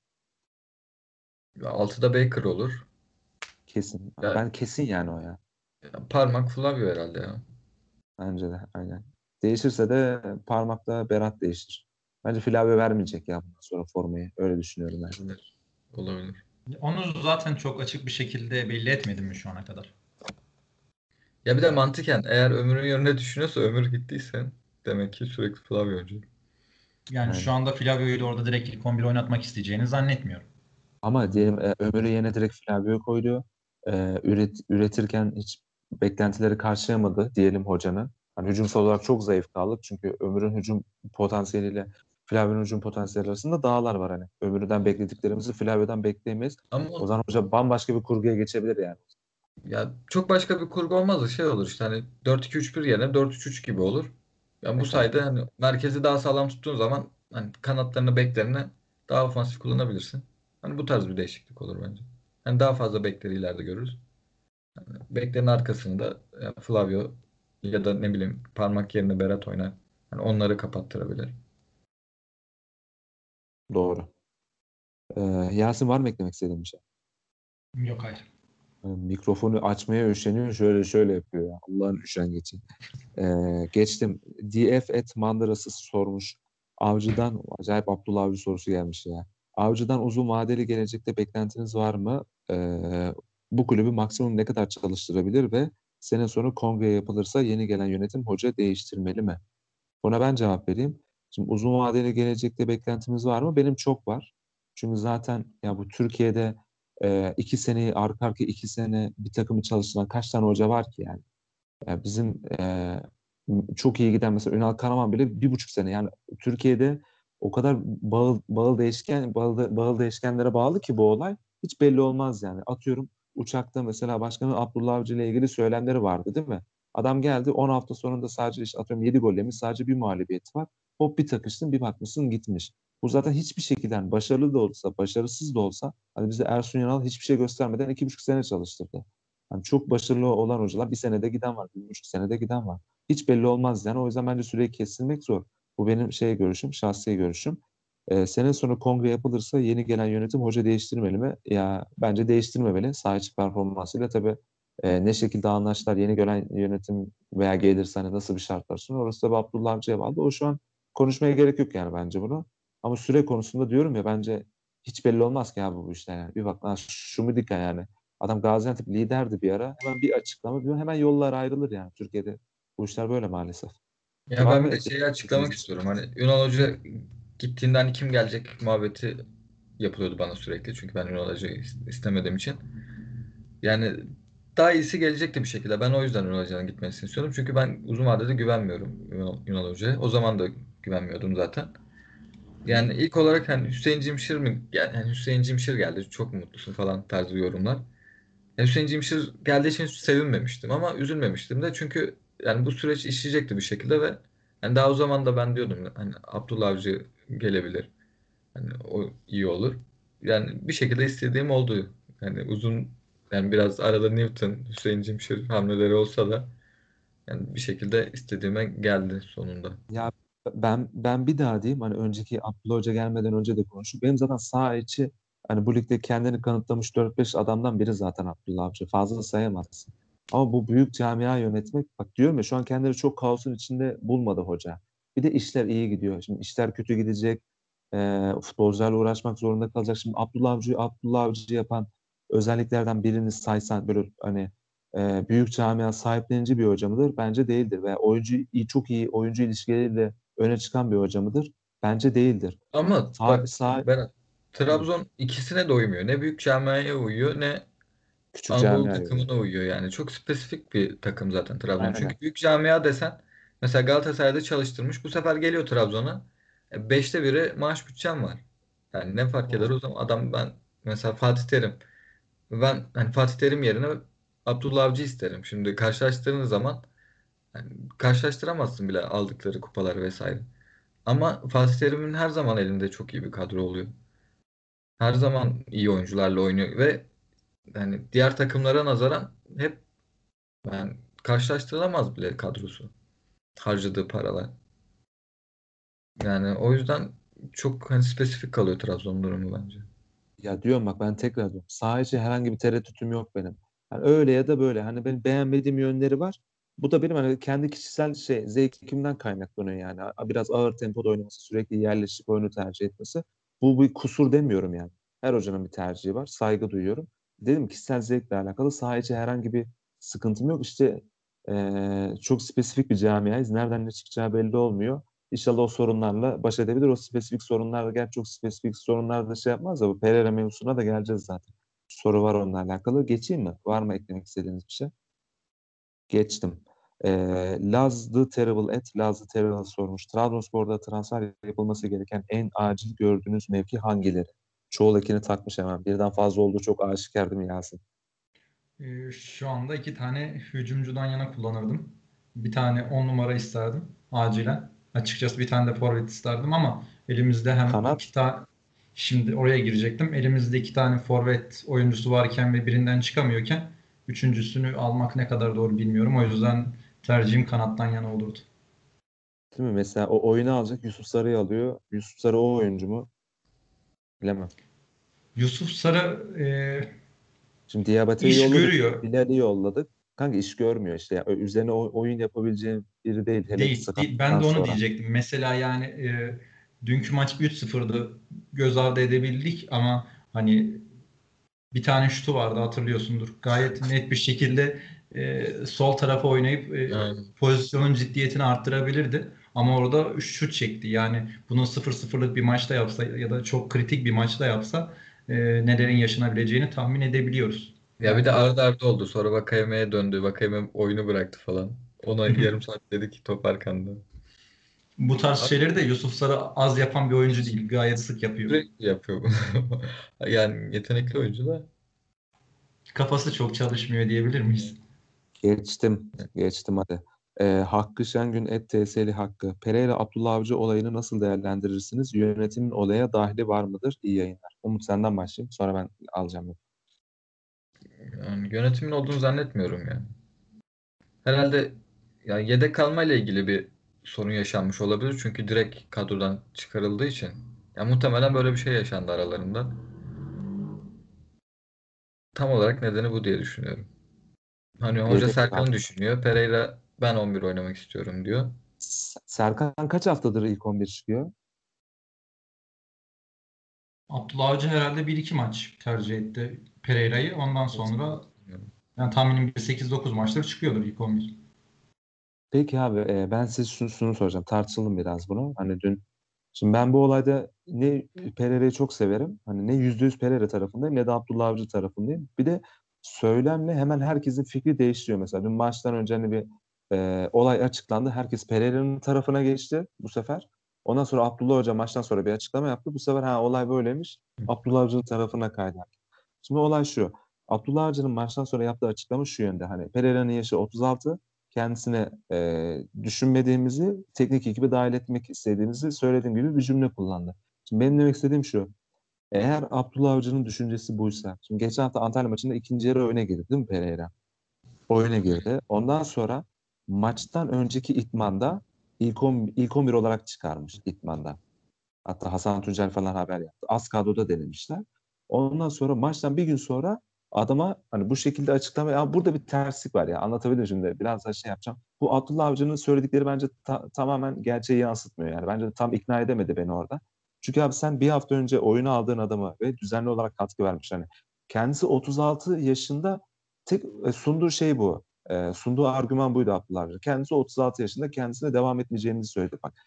altıda Baker olur. Kesin. Ya, Ben kesin yani o ya. ya parmak Flavio herhalde ya. Bence de aynen. Değişirse de parmakla Berat değişir. Bence Flavio vermeyecek ya bundan sonra formayı. Öyle düşünüyorum ben. Olabilir. Olabilir. Onu zaten çok açık bir şekilde belli etmedim mi şu ana kadar? Ya bir de mantıken eğer Ömür'ün yönüne düşünüyorsa, Ömür gittiyse demek ki sürekli Flavio oyuncu. Yani şu Aynen. anda Flavio'yu da orada direkt ilk on bir oynatmak isteyeceğini zannetmiyorum. Ama diyelim e, Ömür'ü yerine direkt Flavio koydu. E, üret, üretirken hiç beklentileri karşılayamadı diyelim hocanın. Hani hücumsal olarak çok zayıf kaldık. Çünkü Ömür'ün hücum potansiyeliyle Flavio'nun hücum potansiyeli arasında dağlar var hani. Ömür'den beklediklerimizi Flavio'dan bekleyemeyiz. Ama O o- zaman hoca bambaşka bir kurguya geçebilir yani. ya çok başka bir kurgu olmaz da şey olur işte, hani dört iki üç bir yerine dört üç üç gibi olur. Yani bu E tabii. sayede hani merkezi daha sağlam tuttuğun zaman hani kanatlarını, beklerini daha ofansif kullanabilirsin. Hani bu tarz bir değişiklik olur bence. Hani daha fazla bekleri ileride görürüz. Beklerin arkasında e, Flavio ya da ne bileyim parmak yerine Berat oynar. Hani onları kapattırabilir. Doğru. E, Yasin var mı eklemek istediğin bir şey? Yok, hayır. E, mikrofonu açmaya üşeniyor. Şöyle şöyle yapıyor ya. Allah'ın üşengeci. Ee, geçtim. D F et Mandırası sormuş. Avcı'dan acayip Abdullah Avcı sorusu gelmiş ya. Avcı'dan uzun vadeli gelecekte beklentiniz var mı? Ee, bu kulübü maksimum ne kadar çalıştırabilir ve sene sonu kongre yapılırsa yeni gelen yönetim hoca değiştirmeli mi? Buna ben cevap vereyim. Şimdi uzun vadeli gelecekte beklentimiz var mı? Benim çok var. Çünkü zaten ya bu Türkiye'de e, iki seneyi arka arka iki sene bir takımı çalıştıran kaç tane hoca var ki yani? Ya bizim e, çok iyi giden mesela Ünal Karaman bile bir buçuk sene. Yani Türkiye'de o kadar bağıl, bağıl değişken bağıl, bağıl değişkenlere bağlı ki bu olay hiç belli olmaz yani. Atıyorum uçakta mesela Başkanın Abdullah Avcı ile ilgili söylemleri vardı değil mi? Adam geldi on hafta sonunda sadece işte atıyorum yedi gol yemiş sadece bir mağlubiyeti var. Hop bir takıştın bir bakmışsın gitmiş. Bu zaten hiçbir şekilde yani başarılı da olsa başarısız da olsa hani bize Ersun Yanal hiçbir şey göstermeden iki buçuk sene çalıştırdı. Yani çok başarılı olan hocalar bir senede giden var, bir buçuk senede giden var. Hiç belli olmaz yani. O yüzden bence süreyi kesilmek zor. Bu benim şey görüşüm, şahsi görüşüm. Ee, sene sonu kongre yapılırsa yeni gelen yönetim hoca değiştirmeli mi? Ya bence değiştirmemeli. Saha içi performansıyla tabii e, ne şekilde anlaştılar yeni gelen yönetim veya gelirse hani nasıl bir şartlar sunar. Orası tabii Abdullah Avcı'ya bağlı. O şu an konuşmaya gerek yok yani bence bunu. Ama süre konusunda diyorum ya bence hiç belli olmaz ki abi bu işler yani. Bir bak lan şu mu yani. Adam Gaziantep liderdi bir ara. Hemen bir açıklama, bir hemen yollar ayrılır yani Türkiye'de. Bu işler böyle maalesef. Ya Var ben mı bir de eklemek şeyi açıklamak istediğiniz bir istiyorum. şey? Hani Ünal Hoca gittiğinden hani kim gelecek muhabbeti yapılıyordu bana sürekli. Çünkü ben Ünal Hoca'yı is- istemediğim için. Yani daha iyisi gelecekti bir şekilde. Ben o yüzden Ünal Hoca'nın gitmesini istiyordum. Çünkü ben uzun vadede güvenmiyorum Ünal, Ünal Hoca'ya. O zaman da güvenmiyordum zaten. Yani ilk olarak hani Hüseyin Cimşir mi? Yani hani Hüseyin Cimşir geldi. Çok mu mutlusun falan tarzı yorumlar. Yani Hüseyin Cimşir geldiği için sevinmemiştim ama üzülmemiştim de çünkü yani bu süreç işleyecekti bir şekilde ve yani daha o zaman da ben diyordum hani Abdullah Avcı gelebilir. Hani o iyi olur. Yani bir şekilde istediğim oldu. Yani uzun yani biraz arada Newton, Hüseyin Cimşir hamleleri olsa da yani bir şekilde istediğime geldi sonunda. Ya ben ben bir daha diyeyim, hani önceki Abdullah Hoca gelmeden önce de konuştuk. Benim zaten saha içi, hani bu ligde kendini kanıtlamış dört beş adamdan biri zaten Abdullah Avcı. Fazla sayamazsın. Ama bu büyük camia yönetmek, bak diyorum ya, şu an kendini çok kaosun içinde bulmadı hoca. Bir de işler iyi gidiyor. Şimdi işler kötü gidecek. E, futbolcularla uğraşmak zorunda kalacak. Şimdi Abdullah Avcı'yı Abdullah Avcı yapan özelliklerden birini saysan, böyle hani e, büyük camia sahiplenici bir hoca mıdır? Bence değildir. Ve oyuncu iyi, çok iyi oyuncu ilişkileriyle öne çıkan bir hoca mıdır? Bence değildir. Ama Sağ, bak sağ, Berat, Hı, Trabzon ikisine de uymuyor. Ne büyük camiaya uyuyor ne küçük Anadolu camia yolu. takımına uyuyor yani. Çok spesifik bir takım zaten Trabzon. Aynen. Çünkü büyük camia desen mesela Galatasaray'da çalıştırmış. Bu sefer geliyor Trabzon'a. E, beşte biri maaş bütçem var. Yani ne fark eder Evet. o zaman adam ben mesela Fatih Terim. Ben hani Fatih Terim yerine Abdullah Avcı isterim. Şimdi karşılaştırdığınız zaman yani karşılaştıramazsın bile aldıkları kupalar vesaire. Ama Fatih Terim'in her zaman elinde çok iyi bir kadro oluyor. Her zaman iyi oyuncularla oynuyor ve yani diğer takımlara nazaran hep yani karşılaştırılamaz bile kadrosu. Harcadığı paralar. Yani o yüzden çok hani spesifik kalıyor Trabzon durumu bence. Ya diyorum bak, ben tekrar diyorum. Saha içi herhangi bir tereddütüm yok benim. Yani öyle ya da böyle. Hani benim beğenmediğim yönleri var. Bu da benim hani kendi kişisel şey zevkimden kaynaklanıyor yani. A- Biraz ağır tempoda oynaması, sürekli yerleşik oyunu tercih etmesi. Bu bir kusur demiyorum yani. Her hocanın bir tercihi var. Saygı duyuyorum. Dedim, kişisel zevkle alakalı saha içi herhangi bir sıkıntım yok. İşte eee, çok spesifik bir camiayız. Nereden ne çıkacağı belli olmuyor. İnşallah o sorunlarla baş edebilir. O spesifik sorunlarla, gerçi çok spesifik sorunlar da şey yapmaz da, bu Pereira mevzusuna da geleceğiz zaten. Soru var onunla alakalı. Geçeyim mi? Var mı eklemek istediğiniz bir şey? Geçtim. Ee, Laz the Terrible et Laz the Terrible sormuş. Trabzonspor'da transfer yapılması gereken en acil gördüğünüz mevki hangileri? Çoğul ekini takmış hemen. Birden fazla olduğu çok aşikar değil mi Yasin? Ee, şu anda iki tane hücumcudan yana kullanırdım. Bir tane on numara isterdim acilen. Açıkçası bir tane de forvet isterdim ama elimizde hem iki Kanat. tane, şimdi oraya girecektim. Elimizde iki tane forvet oyuncusu varken ve birinden çıkamıyorken üçüncüsünü almak ne kadar doğru bilmiyorum. O yüzden tercihim kanattan yana olurdu. Değil mi? Mesela o oyunu alacak, Yusuf Sarı'yı alıyor. Yusuf Sarı o oyuncu mu? Bilemem. Yusuf Sarı e, Şimdi Diabate'yi iş yolladık. görüyor. Bilal'i yolladık. Kanka iş görmüyor işte. Yani üzerine o- oyun yapabileceğim biri değil. Hele ki Değil, değil. Ben sakatlıktan de onu sonra. diyecektim. Mesela yani e, dünkü maç üç sıfırdı. Göz ardı edebildik ama hani bir tane şutu vardı, hatırlıyorsundur. Gayet net bir şekilde e, sol tarafa oynayıp e, Yani, pozisyonun ciddiyetini arttırabilirdi. Ama orada şut çekti. Yani bunu sıfır sıfırlık bir maçta yapsa ya da çok kritik bir maçta yapsa e, nelerin yaşanabileceğini tahmin edebiliyoruz. ya bir de Yani arda arda oldu. Sonra Vakayeme'ye döndü. Vakayeme oyunu bıraktı falan. Ona yarım saat dedi ki top arkanda. bu tarz Abi şeyleri de Yusuf Sarı az yapan bir oyuncu değil. Gayet sık yapıyor. sürekli yapıyor bunu. Yani yetenekli oyuncu da. Kafası çok çalışmıyor diyebilir miyiz? Geçtim. Geçtim hadi. Ee, Hakkı Şengün et T S'li Hakkı. Pereira Abdullah Avcı olayını nasıl değerlendirirsiniz? Yönetimin olaya dahli var mıdır? İyi yayınlar. Umut, senden başlayayım. Sonra ben alacağım. Yani yönetimin olduğunu zannetmiyorum yani. Herhalde yani yedek kalma ile ilgili bir sorun yaşanmış olabilir. Çünkü direkt kadrodan çıkarıldığı için. Ya muhtemelen böyle bir şey yaşandı aralarında. Tam olarak nedeni bu diye düşünüyorum. Hani hoca Yedek kal. Serkan'ı düşünüyor. Pereira ben on bir oynamak istiyorum diyor. S- Serkan kaç haftadır ilk on bir çıkıyor? Abdullah Avcı herhalde bir iki maç tercih etti Pereira'yı. Ondan sonra Bilmiyorum. yani tahminim bir sekiz dokuz maçtır çıkıyordur ilk on bir. Peki abi e, ben size şunu, şunu soracağım. Tartışalım biraz bunu. Hani dün şimdi ben bu olayda ne Pereira'yı çok severim. Hani ne yüzde yüz Pereira tarafındayım ne de Abdullah Avcı tarafındayım. Bir de söylemle hemen herkesin fikri değişiyor mesela. Dün maçtan önce hani bir e, olay açıklandı. Herkes Pereira'nın tarafına geçti bu sefer. Ondan sonra Abdullah Hoca maçtan sonra bir açıklama yaptı. Bu sefer ha olay böyleymiş. Abdullah Avcı'nın tarafına kaydı. Şimdi olay şu. Abdullah Avcı'nın maçtan sonra yaptığı açıklama şu yönde. Hani Pereira'nın yaşı otuz altı, kendisine e, düşünmediğimizi, teknik ekibe dahil etmek istediğimizi söylediğim gibi bir cümle kullandı. Şimdi benim demek istediğim şu. Eğer Abdullah Avcı'nın düşüncesi buysa, şimdi geçen hafta Antalya maçında ikinci yarı oyuna girdi değil mi Pereira? Oyuna girdi. Ondan sonra maçtan önceki itmanda ilk, on, ilk on bir olarak çıkarmış itmanda. Hatta Hasan Tuncel falan haber yaptı. Az kadroda denemişler. Ondan sonra maçtan bir gün sonra adama hani bu şekilde açıklama ya burada bir terslik var ya anlatabilirim şimdi biraz daha şey yapacağım. Bu Abdullah Avcı'nın söyledikleri bence ta- tamamen gerçeği yansıtmıyor yani. Bence tam ikna edemedi beni orada. Çünkü abi sen bir hafta önce oyuna aldığın adamı ve düzenli olarak katkı vermiş hani. Kendisi otuz altı yaşında tek e, sunduğu şey bu. E, sunduğu argüman buydu Abdullah Avcı. Kendisi otuz altı yaşında kendisine devam etmeyeceğini söyledi. Bak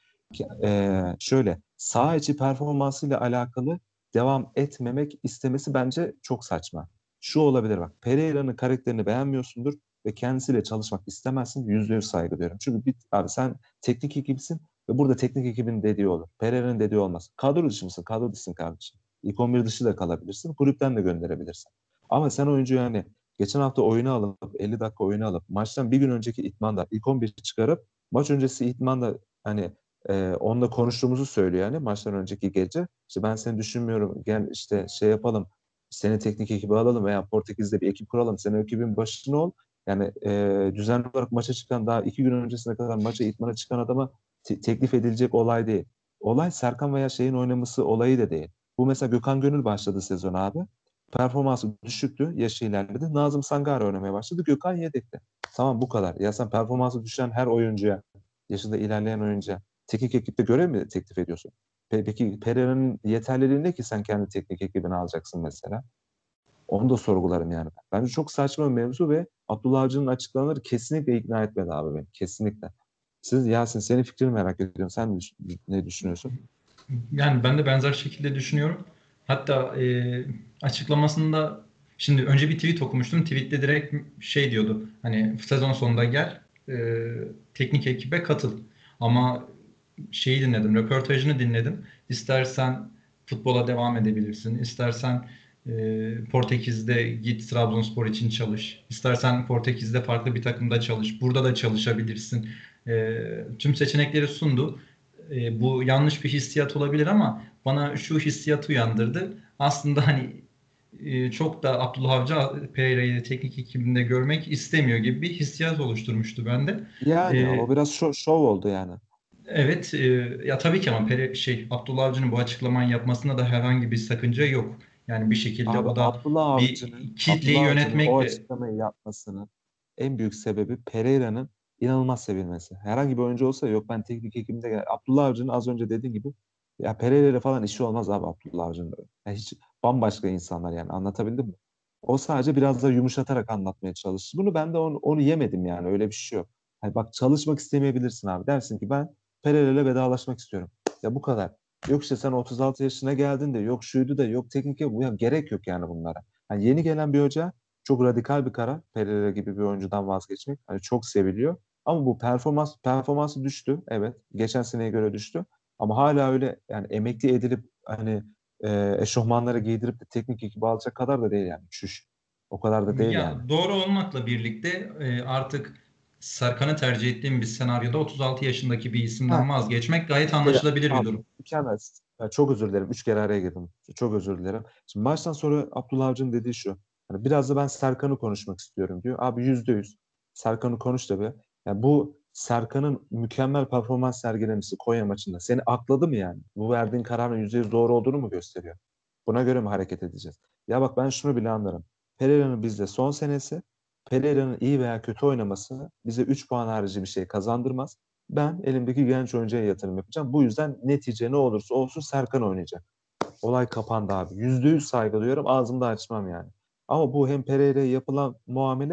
e, şöyle saha içi performansıyla alakalı devam etmemek istemesi bence çok saçma. Şu olabilir bak. Pereira'nın karakterini beğenmiyorsundur ve kendisiyle çalışmak istemezsin. Yüzde yüz saygı duyuyorum. Çünkü bir, abi sen teknik ekipsin ve burada teknik ekibin dediği olur. Pereira'nın dediği olmaz. Kadro dışı mısın? Kadro dışısın kardeşim. İlk on bir dışı da kalabilirsin. Kulüpten de gönderebilirsin. Ama sen oyuncuyu yani geçen hafta oyunu alıp elli dakika oyunu alıp maçtan bir gün önceki itmanda ilk on bir çıkarıp maç öncesi itmanda hani ee, onunla konuştuğumuzu söylüyor yani maçtan önceki gece. İşte ben seni düşünmüyorum. Gel işte şey yapalım. Seni teknik ekibi alalım veya Portekiz'de bir ekip kuralım. Sen o ekibin başına ol. Yani e, düzenli olarak maça çıkan daha iki gün öncesine kadar maça itmana çıkan adama te- teklif edilecek olay değil. Olay Serkan veya şeyin oynaması olayı da değil. Bu mesela Gökhan Gönül başladı sezon abi. Performansı düşüktü. Yaşı ilerledi. Nazım Sangare oynamaya başladı. Gökhan yedekti. Tamam bu kadar. Ya sen performansı düşen her oyuncuya, yaşı da ilerleyen oyuncuya teknik ekipte görev mi teklif ediyorsun? Pe- Peki Pereira'nın yeterliliği ne ki sen kendi teknik ekibini alacaksın mesela? Onu da sorgularım yani. Bence çok saçma bir mevzu ve Abdullah Avcı'nın açıklamaları kesinlikle ikna etmedi abi beni. Kesinlikle. Siz Yasin senin fikrini merak ediyorum. Sen ne düş- ne düşünüyorsun? Yani ben de benzer şekilde düşünüyorum. Hatta e, açıklamasında şimdi önce bir tweet okumuştum. Tweette direkt şey diyordu. Hani sezon sonunda gel e, teknik ekibe katıl. Ama şeyi dinledim, röportajını dinledim. İstersen futbola devam edebilirsin. İstersen e, Portekiz'de git Trabzonspor için çalış. İstersen Portekiz'de farklı bir takımda çalış. Burada da çalışabilirsin. E, tüm seçenekleri sundu. E, bu yanlış bir hissiyat olabilir ama bana şu hissiyatı uyandırdı. Aslında hani e, çok da Abdullah Avcı Pereira'yı teknik ekibinde görmek istemiyor gibi bir hissiyat oluşturmuştu bende. Yani E, o biraz şov, şov oldu yani. Evet, e, ya tabii ki ama Pere, şey Abdullah Avcı'nın bu açıklamayı yapmasında da herhangi bir sakınca yok. Yani bir şekilde Abi o da Abdullah bir Avcı'nın kitleyi Abdullah Avcı'nın o yönetmekle. açıklamayı yapmasının en büyük sebebi Pereira'nın inanılmaz sevilmesi. Herhangi bir oyuncu olsa yok ben teknik ekibimde gel. Abdullah Avcı'nın az önce dediğim gibi ya Pereira ile falan işi olmaz abi Abdullah Avcı'nın. Ya hiç bambaşka insanlar yani anlatabildim mi? O sadece biraz da yumuşatarak anlatmaya çalıştı. Bunu ben de onu, onu yemedim yani öyle bir şey yok. Hani bak çalışmak istemeyebilirsin abi. Dersin ki ben Pereira ile vedalaşmak istiyorum. Ya bu kadar. Yok işte sen otuz altı yaşına geldin de yok şuydu da yok teknik yok. Ya gerek yok yani bunlara. Hani yeni gelen bir hoca çok radikal bir karar. Pereira gibi bir oyuncudan vazgeçmek. Hani çok seviliyor. Ama bu performans performansı düştü. Evet. Geçen seneye göre düştü. Ama hala öyle yani emekli edilip hani e, eşofmanları giydirip de teknik ekibi alacak kadar da değil yani. Çüş. O kadar da değil yani. Ya doğru olmakla birlikte e, artık Serkan'ı tercih ettiğim bir senaryoda otuz altı yaşındaki bir Ha, isimden vazgeçmek gayet şey, anlaşılabilir bir abi durum. mükemmel. Ya çok özür dilerim. Üç kere araya girdim. Çok özür dilerim. Şimdi maçtan sonra Abdullah Avcı'nın dediği şu. Hani biraz da ben Serkan'ı konuşmak istiyorum diyor. Abi yüzde yüz. Serkan'ı konuş tabii. Yani bu Serkan'ın mükemmel performans sergilemesi Konya maçında seni akladı mı yani? Bu verdiğin kararın yüzde yüz doğru olduğunu mu gösteriyor? Buna göre mi hareket edeceğiz? Ya bak ben şunu bile anlarım. Pereira'nın bizde son senesi, Pereira'nın iyi veya kötü oynaması bize üç puan harici bir şey kazandırmaz. Ben elimdeki genç oyuncuya yatırım yapacağım. Bu yüzden netice ne olursa olsun Serkan oynayacak. Olay kapandı abi. Yüzde yüz saygı duyuyorum. Ağzımda açmam yani. Ama bu hem Pereira'ya yapılan muamele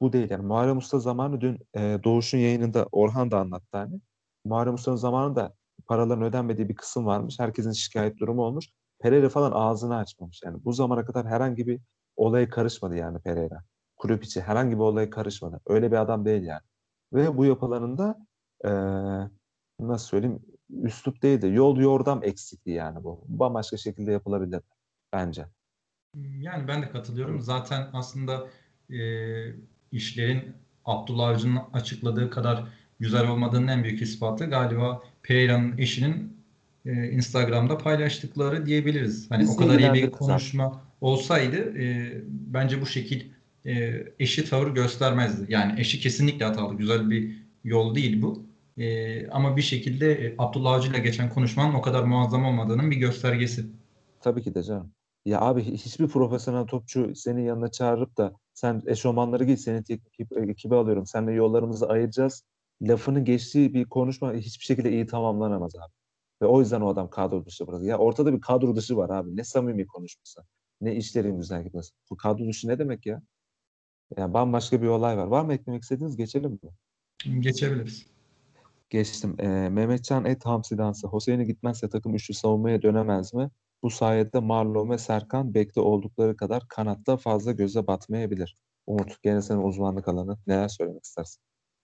bu değil. Yani Muharrem Usta zamanı dün e, Doğuş'un yayınında Orhan da anlattı hani. Muharrem Usta'nın zamanında paraların ödenmediği bir kısım varmış. Herkesin şikayet durumu olmuş. Pereira falan ağzını açmamış. Yani bu zamana kadar herhangi bir olaya karışmadı yani Pereira. Kulüp içi herhangi bir olaya karışmadı. Öyle bir adam değil yani. Ve bu yapılarında e, nasıl söyleyeyim, üslup değil de yol yordam eksikliği yani bu. Bambaşka şekilde yapılabilir bence. Yani ben de katılıyorum. Zaten aslında e, işlerin Abdullah Avcı'nın açıkladığı kadar güzel olmadığının en büyük ispatı galiba Pereira'nın eşinin e, Instagram'da paylaştıkları diyebiliriz. Hani o Bizi kadar iyi bir ilgilendirmez abi. konuşma olsaydı e, bence bu şekil e, eşi tavır göstermezdi. Yani eşi kesinlikle hatalı. Güzel bir yol değil bu. E, ama bir şekilde e, Abdullah Avcı ile geçen konuşmanın o kadar muazzam olmadığının bir göstergesi. Tabii ki de canım. Ya abi hi- hiçbir profesyonel topçu senin yanına çağırıp da sen eşofmanları giy, seni teknik ekip- ekibe alıyorum, seninle yollarımızı ayıracağız. Lafını geçtiği bir konuşma hiçbir şekilde iyi tamamlanamaz abi. Ve o yüzden o adam kadro dışı bırakıyor. Ya ortada bir kadro dışı var abi. Ne samimi konuşması, ne işlerin güzel gitmesi. Bu kadro dışı ne demek ya? Yani bambaşka bir olay var. Var mı eklemek istediğiniz? Geçelim mi? Geçebiliriz. Geçtim. Ee, Mehmetcan et hamsi dansı. Hüseyin'e gitmezse takım üçlü savunmaya dönemez mi? Bu sayede Marlon ve Serkan bekte oldukları kadar kanatta fazla göze batmayabilir. Umut, gene senin uzmanlık alanı. Neler söylemek istersin?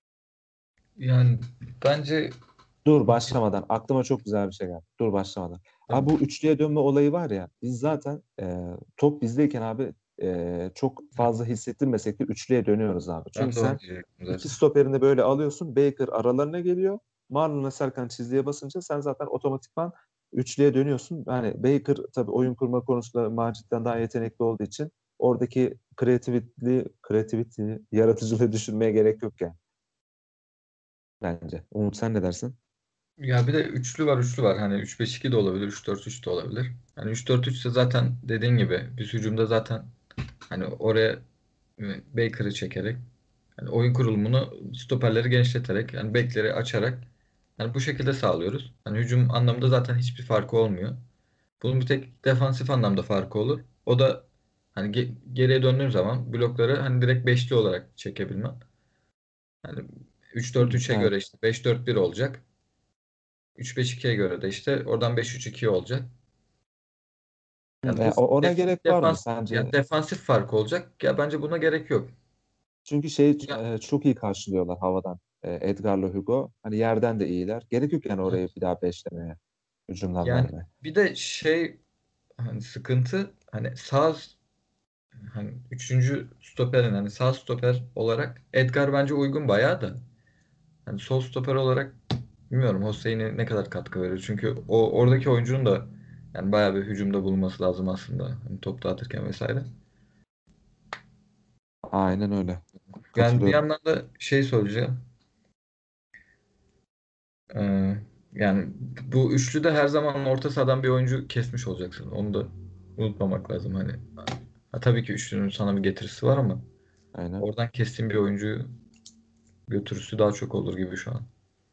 Yani bence Dur başlamadan. Aklıma çok güzel bir şey geldi. Dur başlamadan. Abi tabii, bu üçlüye dönme olayı var ya. Biz zaten e, top bizdeyken abi e, çok fazla hissettirmesek de üçlüye dönüyoruz abi. ben Çünkü de onu sen diyecektim İki zaten. stoperini de böyle alıyorsun. Baker aralarına geliyor. Marlon'la Serkan çizgiye basınca sen zaten otomatikman üçlüye dönüyorsun. Yani Baker tabii oyun kurma konusunda Macit'ten daha yetenekli olduğu için oradaki kreativitli, kreativity, yaratıcılığı düşünmeye gerek yok yani bence. Umut sen ne dersin? Ya bir de üçlü var, üçlü var. Hani üç beş iki de olabilir, üç dört üç de olabilir. Hani üç dört üç ise zaten dediğin gibi biz hücumda zaten hani oraya e, Baker'ı çekerek yani oyun kurulumunu stoperleri genişleterek yani bekleri açarak yani bu şekilde sağlıyoruz. Hani hücum anlamında zaten hiçbir farkı olmuyor. Bunun bir tek defansif anlamda farkı olur. O da hani ge- geriye döndüğün zaman blokları hani direkt beşli olarak çekebilmen. Hani üç dört üçe Evet. göre işte beş dört bir olacak. üç beş ikiye göre de işte oradan beş üç iki olacak. Yani bu E, o- ona def- gerek var mı defans yani sence? defansif fark olacak. Ya bence buna gerek yok. Çünkü şey Ya, e, çok iyi karşılıyorlar havadan. E, Edgar'la Hugo. Hani yerden de iyiler. Gerek yok yani oraya bir daha beşlemeye, hücumdan yani vermeye. bir de şey hani sıkıntı hani sağ hani üçüncü stoperin hani sağ stoper olarak Edgar bence uygun bayağı da. Hani sol stoper olarak bilmiyorum Hüseyin'e ne kadar katkı verir. Çünkü o oradaki oyuncunun da yani bayağı bir hücumda bulunması lazım aslında. Hani top dağıtırken vesaire. Aynen öyle. Yani bir Katılıyorum. yandan da şey söyleyeceğim. Ee, yani bu üçlüde her zaman orta sahadan bir oyuncu kesmiş olacaksın. Onu da unutmamak lazım. Hani ha, tabii ki üçlünün sana bir getirisi var ama Aynen. oradan kestiğin bir oyuncuyu götürüsü daha çok olur gibi şu an.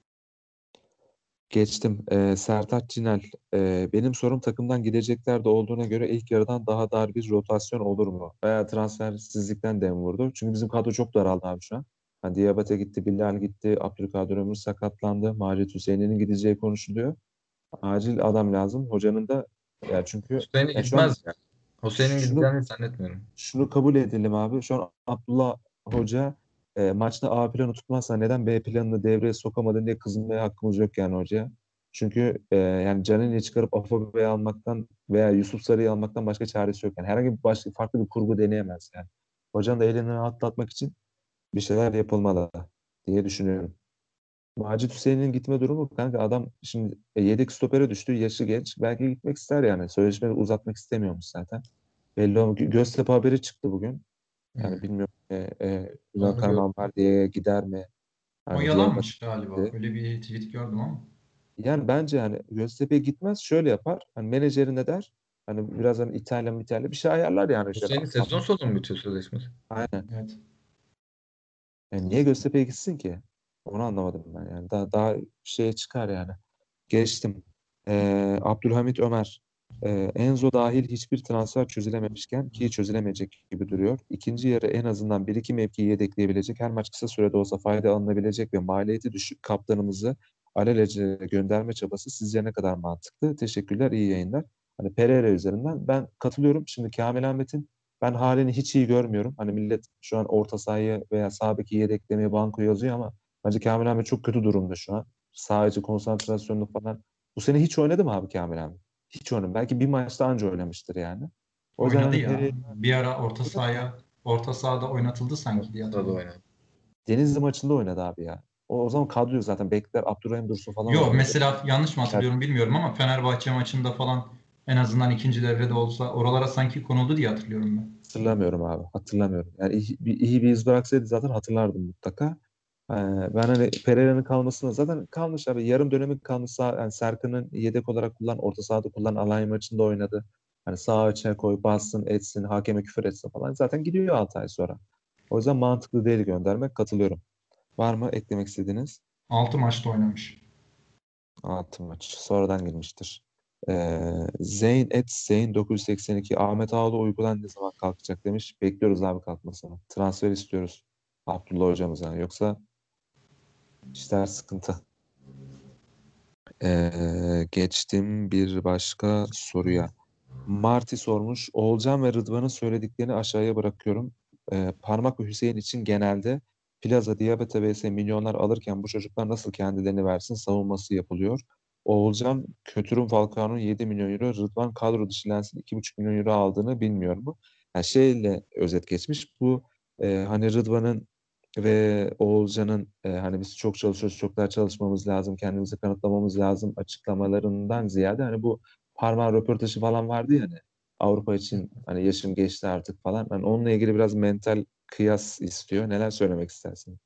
Geçtim. Ee, Sertaç Cinel. Ee, benim sorum takımdan gidecekler de olduğuna göre ilk yarıdan daha dar bir rotasyon olur mu? Veya transfersizlikten dem vurdu. Çünkü bizim kadro çok daraldı abi şu an. Hani Diabate gitti, Bilal gitti, Abdülkadir Ömür sakatlandı. Macit Hüseyin'in gideceği konuşuluyor. Acil adam lazım. Hocanın da ya çünkü Hüseyin'e ya şu an gitmez ya. Hüseyin'in şunu gideceğini zannetmiyorum. şunu kabul edelim abi. Şu an Abdullah Hoca e, maçta A planı tutmazsa neden B planını devreye sokamadın diye kızmaya hakkımız yok yani hocaya. Çünkü e, yani Canini'yi çıkarıp Afobe'yi almaktan veya Yusuf Sarı'yı almaktan başka çaresi yok. Yani herhangi bir başka, farklı bir kurgu deneyemez yani. Hocanın da elini rahatlatmak için bir şeyler yapılmalı diye düşünüyorum. Macit Hüseyin'in gitme durumu kanka adam şimdi e, yedek stopere düştü. Yaşı genç. Belki gitmek ister yani. Sözleşmeyi uzatmak istemiyormuş zaten. Belli olmuyor. Gö- Göztepe haberi çıktı bugün. Yani Hmm. bilmiyorum e, e, Ünal Onu gördüm. Karaman var diye gider mi? O Hani Diyarbakır yalanmış galiba. gitti. Öyle bir tweet gördüm ama. Yani bence hani Göztepe'ye gitmez şöyle yapar. Hani menajerine der. Hani biraz hani İtalya İtalya bir şey ayarlar yani şöyle. Hüseyin'in sezon sonu mu bitiyor sözleşmesi? Aynen. Evet. Yani niye Göztepe'ye gitsin ki? Onu anlamadım ben yani. Daha, daha şeye çıkar yani. Geçtim. Ee, Abdülhamit Ömer. Ee, Enzo dahil hiçbir transfer çözülememişken ki çözülemeyecek gibi duruyor. İkinci yarı en azından bir iki mevkiyi yedekleyebilecek, her maç kısa sürede olsa fayda alınabilecek ve maliyeti düşük kaptanımızı alelacele gönderme çabası sizce ne kadar mantıklı? Teşekkürler, iyi yayınlar. Hani Pereira üzerinden ben katılıyorum. Şimdi Kamil Ahmet'in ben halini hiç iyi görmüyorum. Hani millet şu an orta sahayı veya sağ beki yedeklemeye banko yazıyor ama bence Kamil Ahmet çok kötü durumda şu an. Sağ içi konsantrasyonlu falan. Bu sene hiç oynadı mı abi Kamil Ahmet? Hiç oynadı. Belki bir maçta anca oynamıştır yani. O yüzden Oynadı hani ya. Pereira Bir ara orta sahaya orta sahada oynatıldı sanki diye Sırada hatırlıyorum. oynadı. Denizli maçında oynadı abi ya. O, o zaman kadro yok zaten. Bekler Abdurrahim Dursun falan Yok oynuyordu. mesela yanlış mı Yani hatırlıyorum bilmiyorum ama Fenerbahçe maçında falan en azından ikinci devrede olsa oralara sanki konuldu diye hatırlıyorum ben. hatırlamıyorum abi. Hatırlamıyorum. Yani iyi, bir, iyi bir iz bıraksaydı zaten hatırlardım mutlaka. Ee, ben hani Pereira'nın kalmasına zaten kalmış abi. Yarım dönemi kalmış. Sağ, yani Serkan'ın yedek olarak kullan, orta sahada kullan, Alanya maçında oynadı. Hani sağ açığa koy, bassın, etsin, hakeme küfür etsin falan. Zaten gidiyor altı ay sonra. O yüzden mantıklı değil göndermek. Katılıyorum. Var mı eklemek istediğiniz? Altı maçta oynamış. Altı maç. Sonradan girmiştir. Ee, Zeyn et Zeyn dokuz yüz seksen iki Ahmet Ağaoğlu uygulan ne zaman kalkacak demiş. Bekliyoruz abi kalkmasını. Transfer istiyoruz Abdullah hocamıza. Yoksa işler sıkıntı. Ee, geçtim bir başka soruya. Marty sormuş. Oğulcan ve Rıdvan'ın söylediklerini aşağıya bırakıyorum. Ee, Parmak ve Hüseyin için genelde Plaza, Diabete vs milyonlar alırken bu çocuklar nasıl kendilerini versin savunması yapılıyor. Oğulcan Kötürüm Falcao'nun yedi milyon euro, Rıdvan kadro dışı Lens'in iki buçuk milyon euro aldığını bilmiyor mu? Yani şeyle özet geçmiş. Bu e, hani Rıdvan'ın ve Oğulcan'ın e, hani biz çok çalışıyoruz, çok daha çalışmamız lazım, kendimizi kanıtlamamız lazım açıklamalarından ziyade hani bu Parmağı röportajı falan vardı ya hani Avrupa için hani yaşım geçti artık falan. Hani onunla ilgili biraz mental kıyas istiyor. Neler söylemek istersin?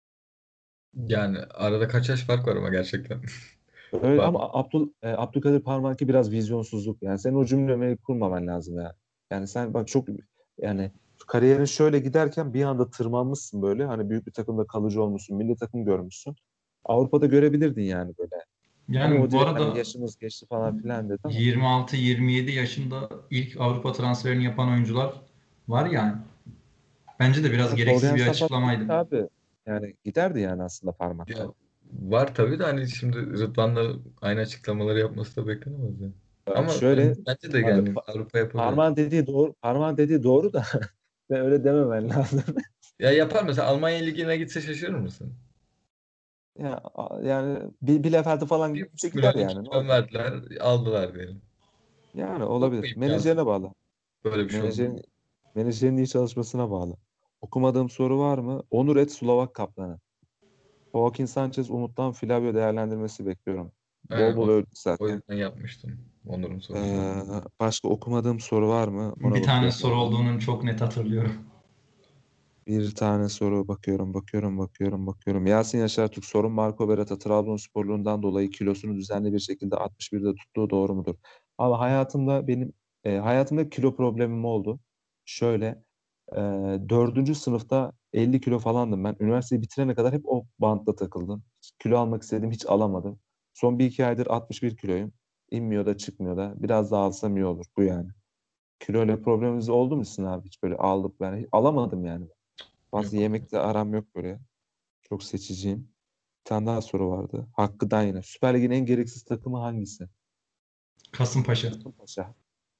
Yani arada kaç yaş fark var ama gerçekten. Öyle Var. ama Abdül e, Abdülkadir Parmak'ı biraz vizyonsuzluk. Yani senin o cümleyi kurmaman lazım ya. Yani sen bak çok yani kariyerin şöyle giderken bir anda tırmanmışsın böyle. Hani büyük bir takımda kalıcı olmuşsun, milli takım görmüşsün. Avrupa'da görebilirdin yani böyle. Ama o Yani bu direkt hani arada yaşımız geçti falan filan dedi ama yirmi altı yirmi yedi yaşında ilk Avrupa transferini yapan oyuncular var yani. Bence de biraz ya Tolga gereksiz bir Yasan falan açıklamaydı. gitti abi. Yani giderdi yani aslında Ya, parmakta. var tabii de hani şimdi Rıdvan'la aynı açıklamaları yapması da beklenemez yani. Yani Ama şöyle ben- bence de abi, yani pa- Avrupa yapabilir. parmağın dediği doğru, parmağın dediği doğru da ve öyle dememen lazım. Ya yapar mesela Almanya Ligi'ne gitse şaşırır mısın? Ya, a- yani bir, bir Leferte falan Bir gitse buçuk gider milyon iki yani ne milyon olacak? verdiler aldılar diyelim. Yani Çok mu olabilir. imkansız Menajerine bağlı. böyle bir şey oldu? Menajerin, menajerin iyi çalışmasına bağlı. Okumadığım soru var mı? Onur et Slovak kaplanı. Joaquin Sanchez Umut'tan Flavio değerlendirmesi bekliyorum. Bol Aynen bol o, öldü o zaten. yüzden yapmıştım Onur'un sorusunu. Ee, başka okumadığım soru var mı? Ona Bir tane bakıyorum. soru olduğunu çok net hatırlıyorum. Bir tane soru bakıyorum, bakıyorum, bakıyorum, bakıyorum. Yasin Yaşar Türk sorun Marco Berat'a Trabzonsporluğundan dolayı kilosunu düzenli bir şekilde altmış birde tuttuğu doğru mudur? Abi hayatımda benim e, hayatımda kilo problemim oldu. Şöyle e, dördüncü sınıfta elli kilo falandım ben. Üniversiteyi bitirene kadar hep o bantla takıldım. Kilo almak istedim, hiç alamadım. Son bir iki aydır altmış bir kiloyum. İnmiyor da çıkmıyor da. Biraz daha alsam iyi olur bu yani. Kilo ile problemimiz oldu mu sizin abi? Hiç böyle aldık ben. Hiç alamadım yani. Bazı Yok. yemekle aram yok böyle. Çok seçiciyim. Bir tane daha soru vardı. Hakkı'dan yine. Süper Lig'in en gereksiz takımı hangisi? Kasımpaşa. Kasımpaşa.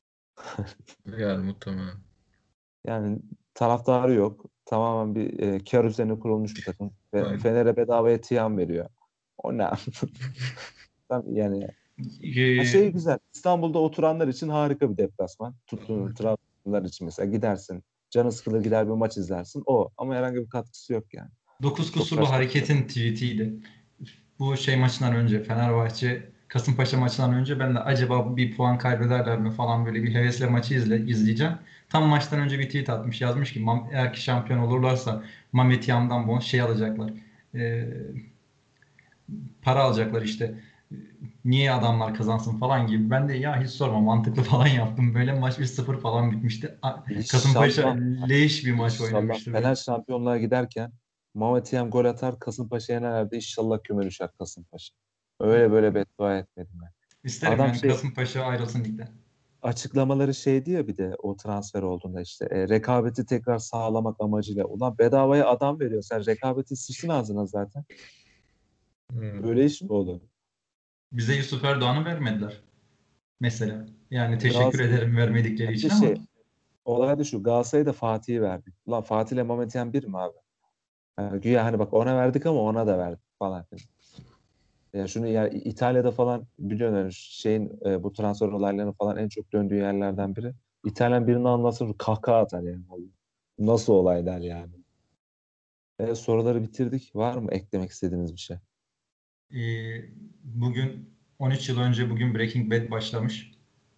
Yani muhtemelen. Yani taraftarı yok. Tamamen bir e, kar üzerine kurulmuş bir takım. Ve Aynen. Fener'e bedavaya Tiam veriyor. O ne? Tam yani ha şey Ee, güzel. İstanbul'da oturanlar için harika bir deplasman. Tuttuğun Trabzonlar için mesela gidersin. Canı sıkılır gider bir maç izlersin. O. Ama herhangi bir katkısı yok yani. dokuz Çok kusurlu saçma bir takım. hareketin tweetiydi. Bu şey maçından önce Fenerbahçe Kasımpaşa maçından önce ben de acaba bir puan kaybederler mi falan böyle bir hevesle maçı izle, izleyeceğim. Tam maçtan önce bir tweet atmış. Yazmış ki "Mam- eğer ki şampiyon olurlarsa Mehmet Yam'dan bon şey alacaklar. Ee, para alacaklar işte. Niye adamlar kazansın falan gibi. Ben de ya hiç sorma mantıklı falan yaptım. Böyle maç bir sıfır falan bitmişti. A- Kasımpaşa İnşallah. leş bir maç İnşallah oynamıştı böyle. Fener şampiyonluğa giderken Mehmet Yem gol atar Kasımpaşa'ya nerede inşallah küme düşer Kasımpaşa. Öyle böyle beddua etmedim ben. İsterim Adam yani şey Kasımpaşa ayrılsın ligden. açıklamaları şeydi ya, bir de o transfer olduğunda işte e, rekabeti tekrar sağlamak amacıyla. Ulan bedavaya adam veriyor. Sen rekabeti sıçtın ağzına zaten. Hmm. Öyle iş mi olur? Bize Yusuf Erdoğan'ı vermediler mesela. Yani teşekkür Gaz, ederim vermedikleri bir de için ama şey, olay da şu. Galatasaray'a da Fatih'i verdik. Ulan Fatih'le Mehmet Yen bir mi abi? Yani güya hani bak ona verdik ama ona da verdik falan. Ya şunu, ya İtalya'da falan biliyorsun yani şeyin e, bu transfer olaylarının falan en çok döndüğü yerlerden biri. İtalyan birini anlatır kahkaha atar yani. Vallahi. Nasıl olaylar yani? E, soruları bitirdik. Var mı eklemek istediğiniz bir şey? e, bugün on üç yıl önce bugün Breaking Bad başlamış.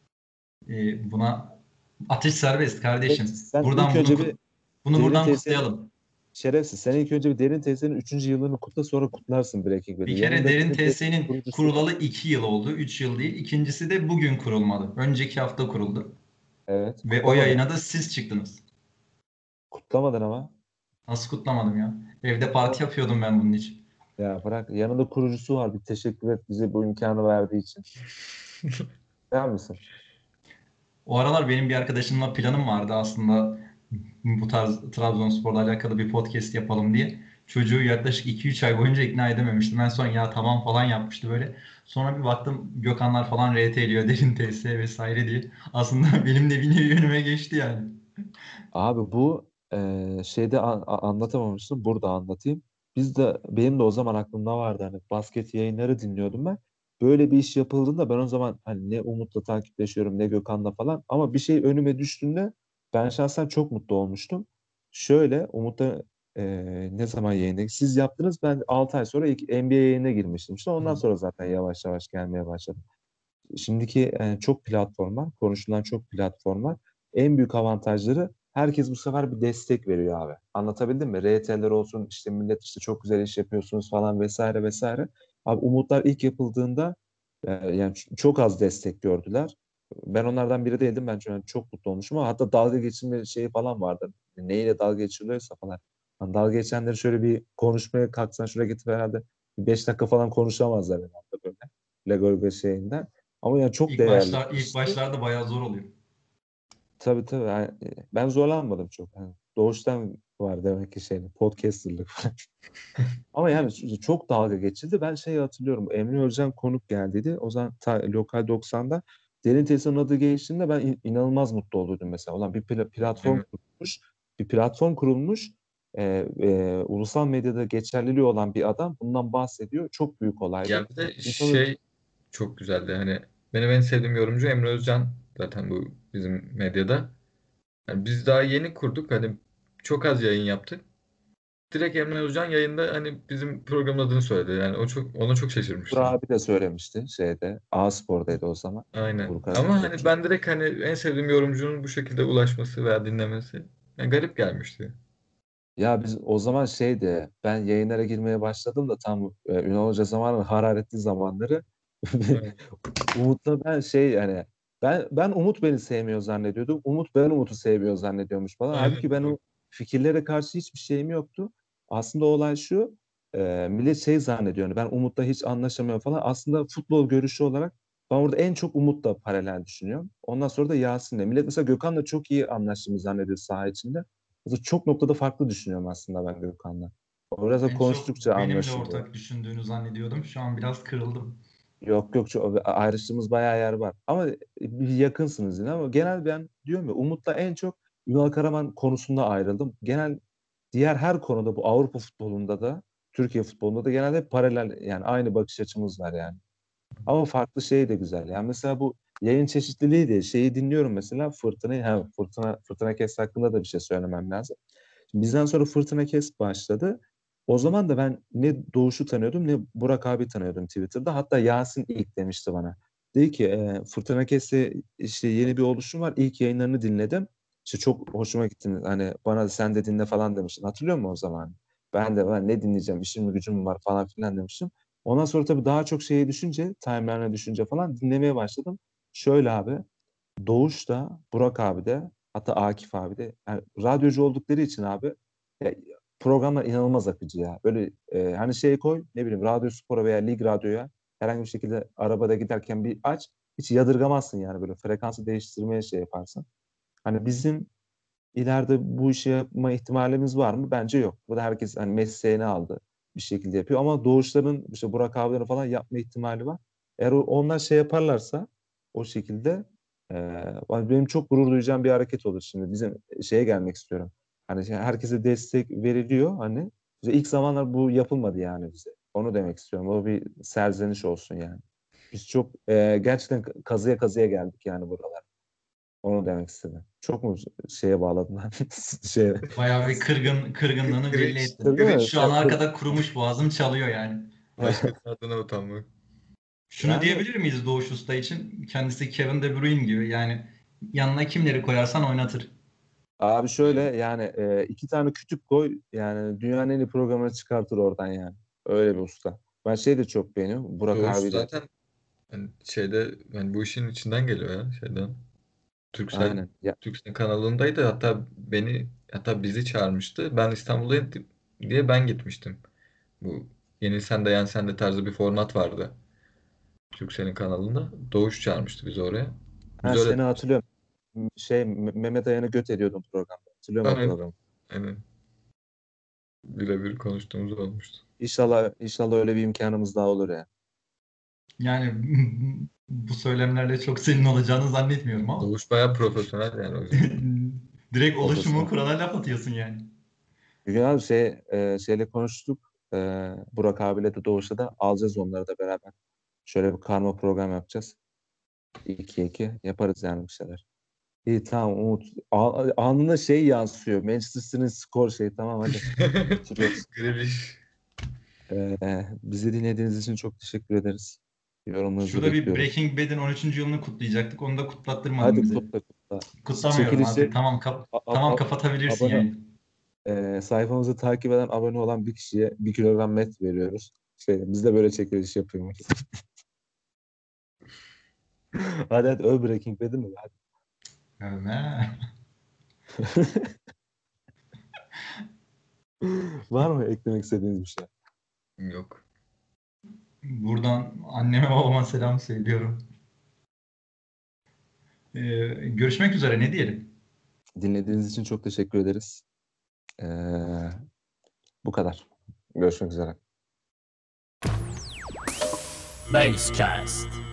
E, buna atış serbest kardeşim. Şerefsiz. Sen ilk Buradan bunu önce bir kut- bunu Derin buradan teyzenin kutlayalım. şerefsiz. Sen ilk önce bir Derin teyzenin üçüncü yılını kutla, sonra kutlarsın Breaking Bad'i. Bir kere Yanında Derin Derin teyzenin T S'nin kurucusu var. kurulalı iki yıl oldu. Üç yıl değil. İkincisi de bugün kurulmadı. Önceki hafta kuruldu. Evet. Ve o Kutlamadın. yayına da siz çıktınız. Kutlamadın ama. Nasıl kutlamadım ya? Evde parti Kutlamadın. yapıyordum ben bunun için. Ya bırak. Yanında kurucusu var. Bir teşekkür et bize bu imkanı verdiği için. Der misin? O aralar benim bir arkadaşımla planım vardı aslında bu tarz Trabzonspor'la alakalı bir podcast yapalım diye. Çocuğu yaklaşık iki üç ay boyunca ikna edememiştim. En son ya tamam falan yapmıştı böyle. Sonra bir baktım Gökhanlar falan R T ediyor derin T S vesaire diye. Aslında benim de bir nevi önüme geçti yani. Abi bu e, şeyde a- a- anlatamamıştım. Burada anlatayım. Biz de benim de o zaman aklımda vardı, hani basket yayınları dinliyordum ben. Böyle bir iş yapıldığında ben o zaman hani ne Umut'la takipleşiyorum ne Gökhan'la falan, ama bir şey önüme düştüğünde ben şahsen çok mutlu olmuştum. Şöyle Umut'la e, ne zaman yayına siz yaptınız, ben altı ay sonra ilk N B A yayına girmiştim. İşte ondan sonra zaten yavaş yavaş gelmeye başladım. Şimdiki e, çok platform var. Konuşulan çok platform var. En büyük avantajları, herkes bu sefer bir destek veriyor abi. Anlatabildim mi? R T'ler olsun, işte millet işte çok güzel iş yapıyorsunuz falan vesaire vesaire. Abi Umutlar ilk yapıldığında e, yani ç- çok az destek gördüler. Ben onlardan biri değildim. Ben çok, çok mutlu olmuşum, ama hatta dalga geçilme şeyi falan vardı. Neyle dalga geçiliyorsa falan. Hani dalga geçenleri şöyle bir konuşmaya kalksan şuraya gidip herhalde beş dakika falan konuşamazlar herhalde böyle. Lego şeyinden. Ama yani çok İlk değerli başlar bir ilk işti. başlarda bayağı zor oluyor. Tabii tabii. Yani ben zorlanmadım çok. Yani doğuştan var demek ki şey, podcasterlık falan. Ama yani çok dalga geçildi. Ben şeyi hatırlıyorum. Emre Özcan konuk geldiydi. O zaman ta, Lokal doksan'da Derin Tesi'nin adı geçtiğinde ben in- inanılmaz mutlu oluyordum mesela. Ulan bir pla- platform Evet. kurulmuş. Bir platform kurulmuş. E, e, ulusal medyada geçerliliği olan bir adam bundan bahsediyor. Çok büyük olaydı. Ya bir de İnsanı şey çok güzeldi. Hani benim en sevdiğim yorumcu Emre Özcan zaten bu bizim medyada. Yani biz daha yeni kurduk. Hani çok az yayın yaptık. Direkt Emre Özcan yayında hani bizim programın adını söyledi. Yani o çok ona çok Uğur şaşırmıştım. abi de söylemişti şeyde. A-Spor'daydı o zaman. Aynen. Uğur Ama Karaca. hani ben direkt hani en sevdiğim yorumcunun bu şekilde ulaşması veya dinlemesi yani garip gelmişti. Ya biz o zaman şeydi, ben yayınlara girmeye başladım da tam e, Ünal Hoca zamanı, hararetli zamanları. Evet. Umut'la ben şey yani ben ben Umut beni sevmiyor zannediyordum. Umut ben Umut'u sevmiyor zannediyormuş falan. Aynen. Halbuki ben o fikirlere karşı hiçbir şeyim yoktu. Aslında olay şu, e, millet şey zannediyor. Yani ben Umut'la hiç anlaşamıyorum falan. Aslında futbol görüşü olarak ben orada en çok Umut'la paralel düşünüyorum. Ondan sonra da Yasin'le. Millet mesela Gökhan'la çok iyi anlaştığımı zannediyor saha içinde. Mesela çok noktada farklı düşünüyorum aslında ben Gökhan'la. O biraz da En çok konuştukça benimle anlaşılıyor. ortak düşündüğünü zannediyordum. Şu an biraz kırıldım. Yok yok, çok ayrıştığımız bayağı yer var. Ama bir yakınsınız yine, ama genel ben diyorum ya, Umut'la en çok Ünal Karaman konusunda ayrıldım. Genel diğer her konuda, bu Avrupa futbolunda da Türkiye futbolunda da genelde paralel, yani aynı bakış açımız var yani. Ama farklı şey de güzel. Yani mesela bu yayın çeşitliliği de şeyi dinliyorum mesela, Fırtına'yı, ha, Fırtına Fırtına Kes hakkında da bir şey söylemem lazım. Şimdi bizden sonra Fırtına Kes başladı. O zaman da ben ne Doğuş'u tanıyordum ne Burak abi tanıyordum Twitter'da. Hatta Yasin ilk demişti bana. Dedi ki e, Fırtına Kes'te işte yeni bir oluşum var. İlk yayınlarını dinledim. İşte çok hoşuma gitti. Hani bana sen de dinle falan demiştin. Hatırlıyor musun o zaman? Ben de ben ne dinleyeceğim, işim mi gücüm mü var falan filan demiştim. Ondan sonra tabii daha çok şeye düşünce, timeline'a düşünce falan dinlemeye başladım. Şöyle abi, Doğuş da, Burak abi de, hatta Akif abi de, yani radyocu oldukları için abi, ya, programlar inanılmaz akıcı ya. Böyle e, hani şey koy, ne bileyim Radyo Spor'a veya Lig Radyo'ya herhangi bir şekilde arabada giderken bir aç. hiç yadırgamazsın yani, böyle frekansı değiştirmeye şey yaparsın. Hani bizim ileride bu işi yapma ihtimalimiz var mı? Bence yok. Bu da herkes hani mesleğini aldı, bir şekilde yapıyor. Ama doğuşların işte Burak abilerin falan yapma ihtimali var. Eğer o- onlar şey yaparlarsa o şekilde eee, benim çok gurur duyacağım bir hareket olur. Şimdi bizim şeye gelmek istiyorum. Hani şey, herkese destek veriliyor hani. İşte ilk zamanlar bu yapılmadı yani bize. Onu demek istiyorum. O bir serzeniş olsun yani. Biz çok eee, gerçekten kazıya kazıya geldik yani buralar. Onu demek istedim. Çok mu şeye bağladın lan? Şeye. Bayağı bir kırgın kırgınlığını belli Cringe. ettin. Değil mi? Şu an Sen kız- arkada kurumuş boğazım çalıyor yani. Başkası adına utanmak. Şunu Yani diyebilir miyiz Doğuş Usta için? Kendisi Kevin De Bruyne gibi. Yani yanına kimleri koyarsan oynatır. abi şöyle yani e, iki tane kütük koy yani dünyanın en iyi programını çıkartır oradan yani. Öyle bir usta. Ben şey de çok beğeniyorum. Burak Doğuş abi de. zaten yani şeyde yani bu işin içinden geliyor ya şeyden. Turkcell Aynen. Ya, Turkcell kanalındaydı. Hatta beni hatta bizi çağırmıştı. Ben İstanbul'dayım diye ben gitmiştim. Bu Yenilsen de Yensen de tarzı bir format vardı Turkcell'in kanalında. Doğuş çağırmıştı bizi oraya. ben Biz öyle seni hatırlıyorum. M- Şey Me- Mehmet Ayan'ı göt ediyordum programda. Hatırlıyorum o evet, programı. evet, birebir konuştuğumuz olmuştu. İnşallah inşallah öyle bir imkanımız daha olur ya. Yani bu söylemlerle çok senin olacağını zannetmiyorum ama. Doğuş bayağı profesyonel yani o yüzden. Direkt oluşumun Profesyonel. kuralına laf atıyorsun yani. Bir gün abi şey, e, şeyle konuştuk. E, Burak abiyle de Doğuş'la da alacağız onları da beraber. Şöyle bir karma program yapacağız. iki iki yaparız yani bir şeyler. İyi tamam Umut. A- anında şey yansıyor. Manchester City'nin skor şeyi, tamam hadi. Bitiriyoruz. Grealish. E, bizi dinlediğiniz için çok teşekkür ederiz. Yorumlarınızı Şurada bir bekliyoruz. Breaking Bad'in on üçüncü yılını kutlayacaktık. Onu da kutlattırmadın Hadi bize. kutla kutla. Kutlamıyorum Çekilişi artık. Tamam kap a- a- tamam a- kapatabilirsin abone yani. e, sayfamızı takip eden, abone olan bir kişiye bir kilogram met veriyoruz. Şey, biz de böyle çekiliş yapıyoruz. Hadi hadi öv Breaking Bad'i mi? Hadi. Övme. Var mı eklemek istediğiniz bir şey? Yok. Buradan anneme babama selam söylüyorum. Ee, görüşmek üzere, ne diyelim? Dinlediğiniz için çok teşekkür ederiz. Ee, bu kadar. Görüşmek üzere. Basecast.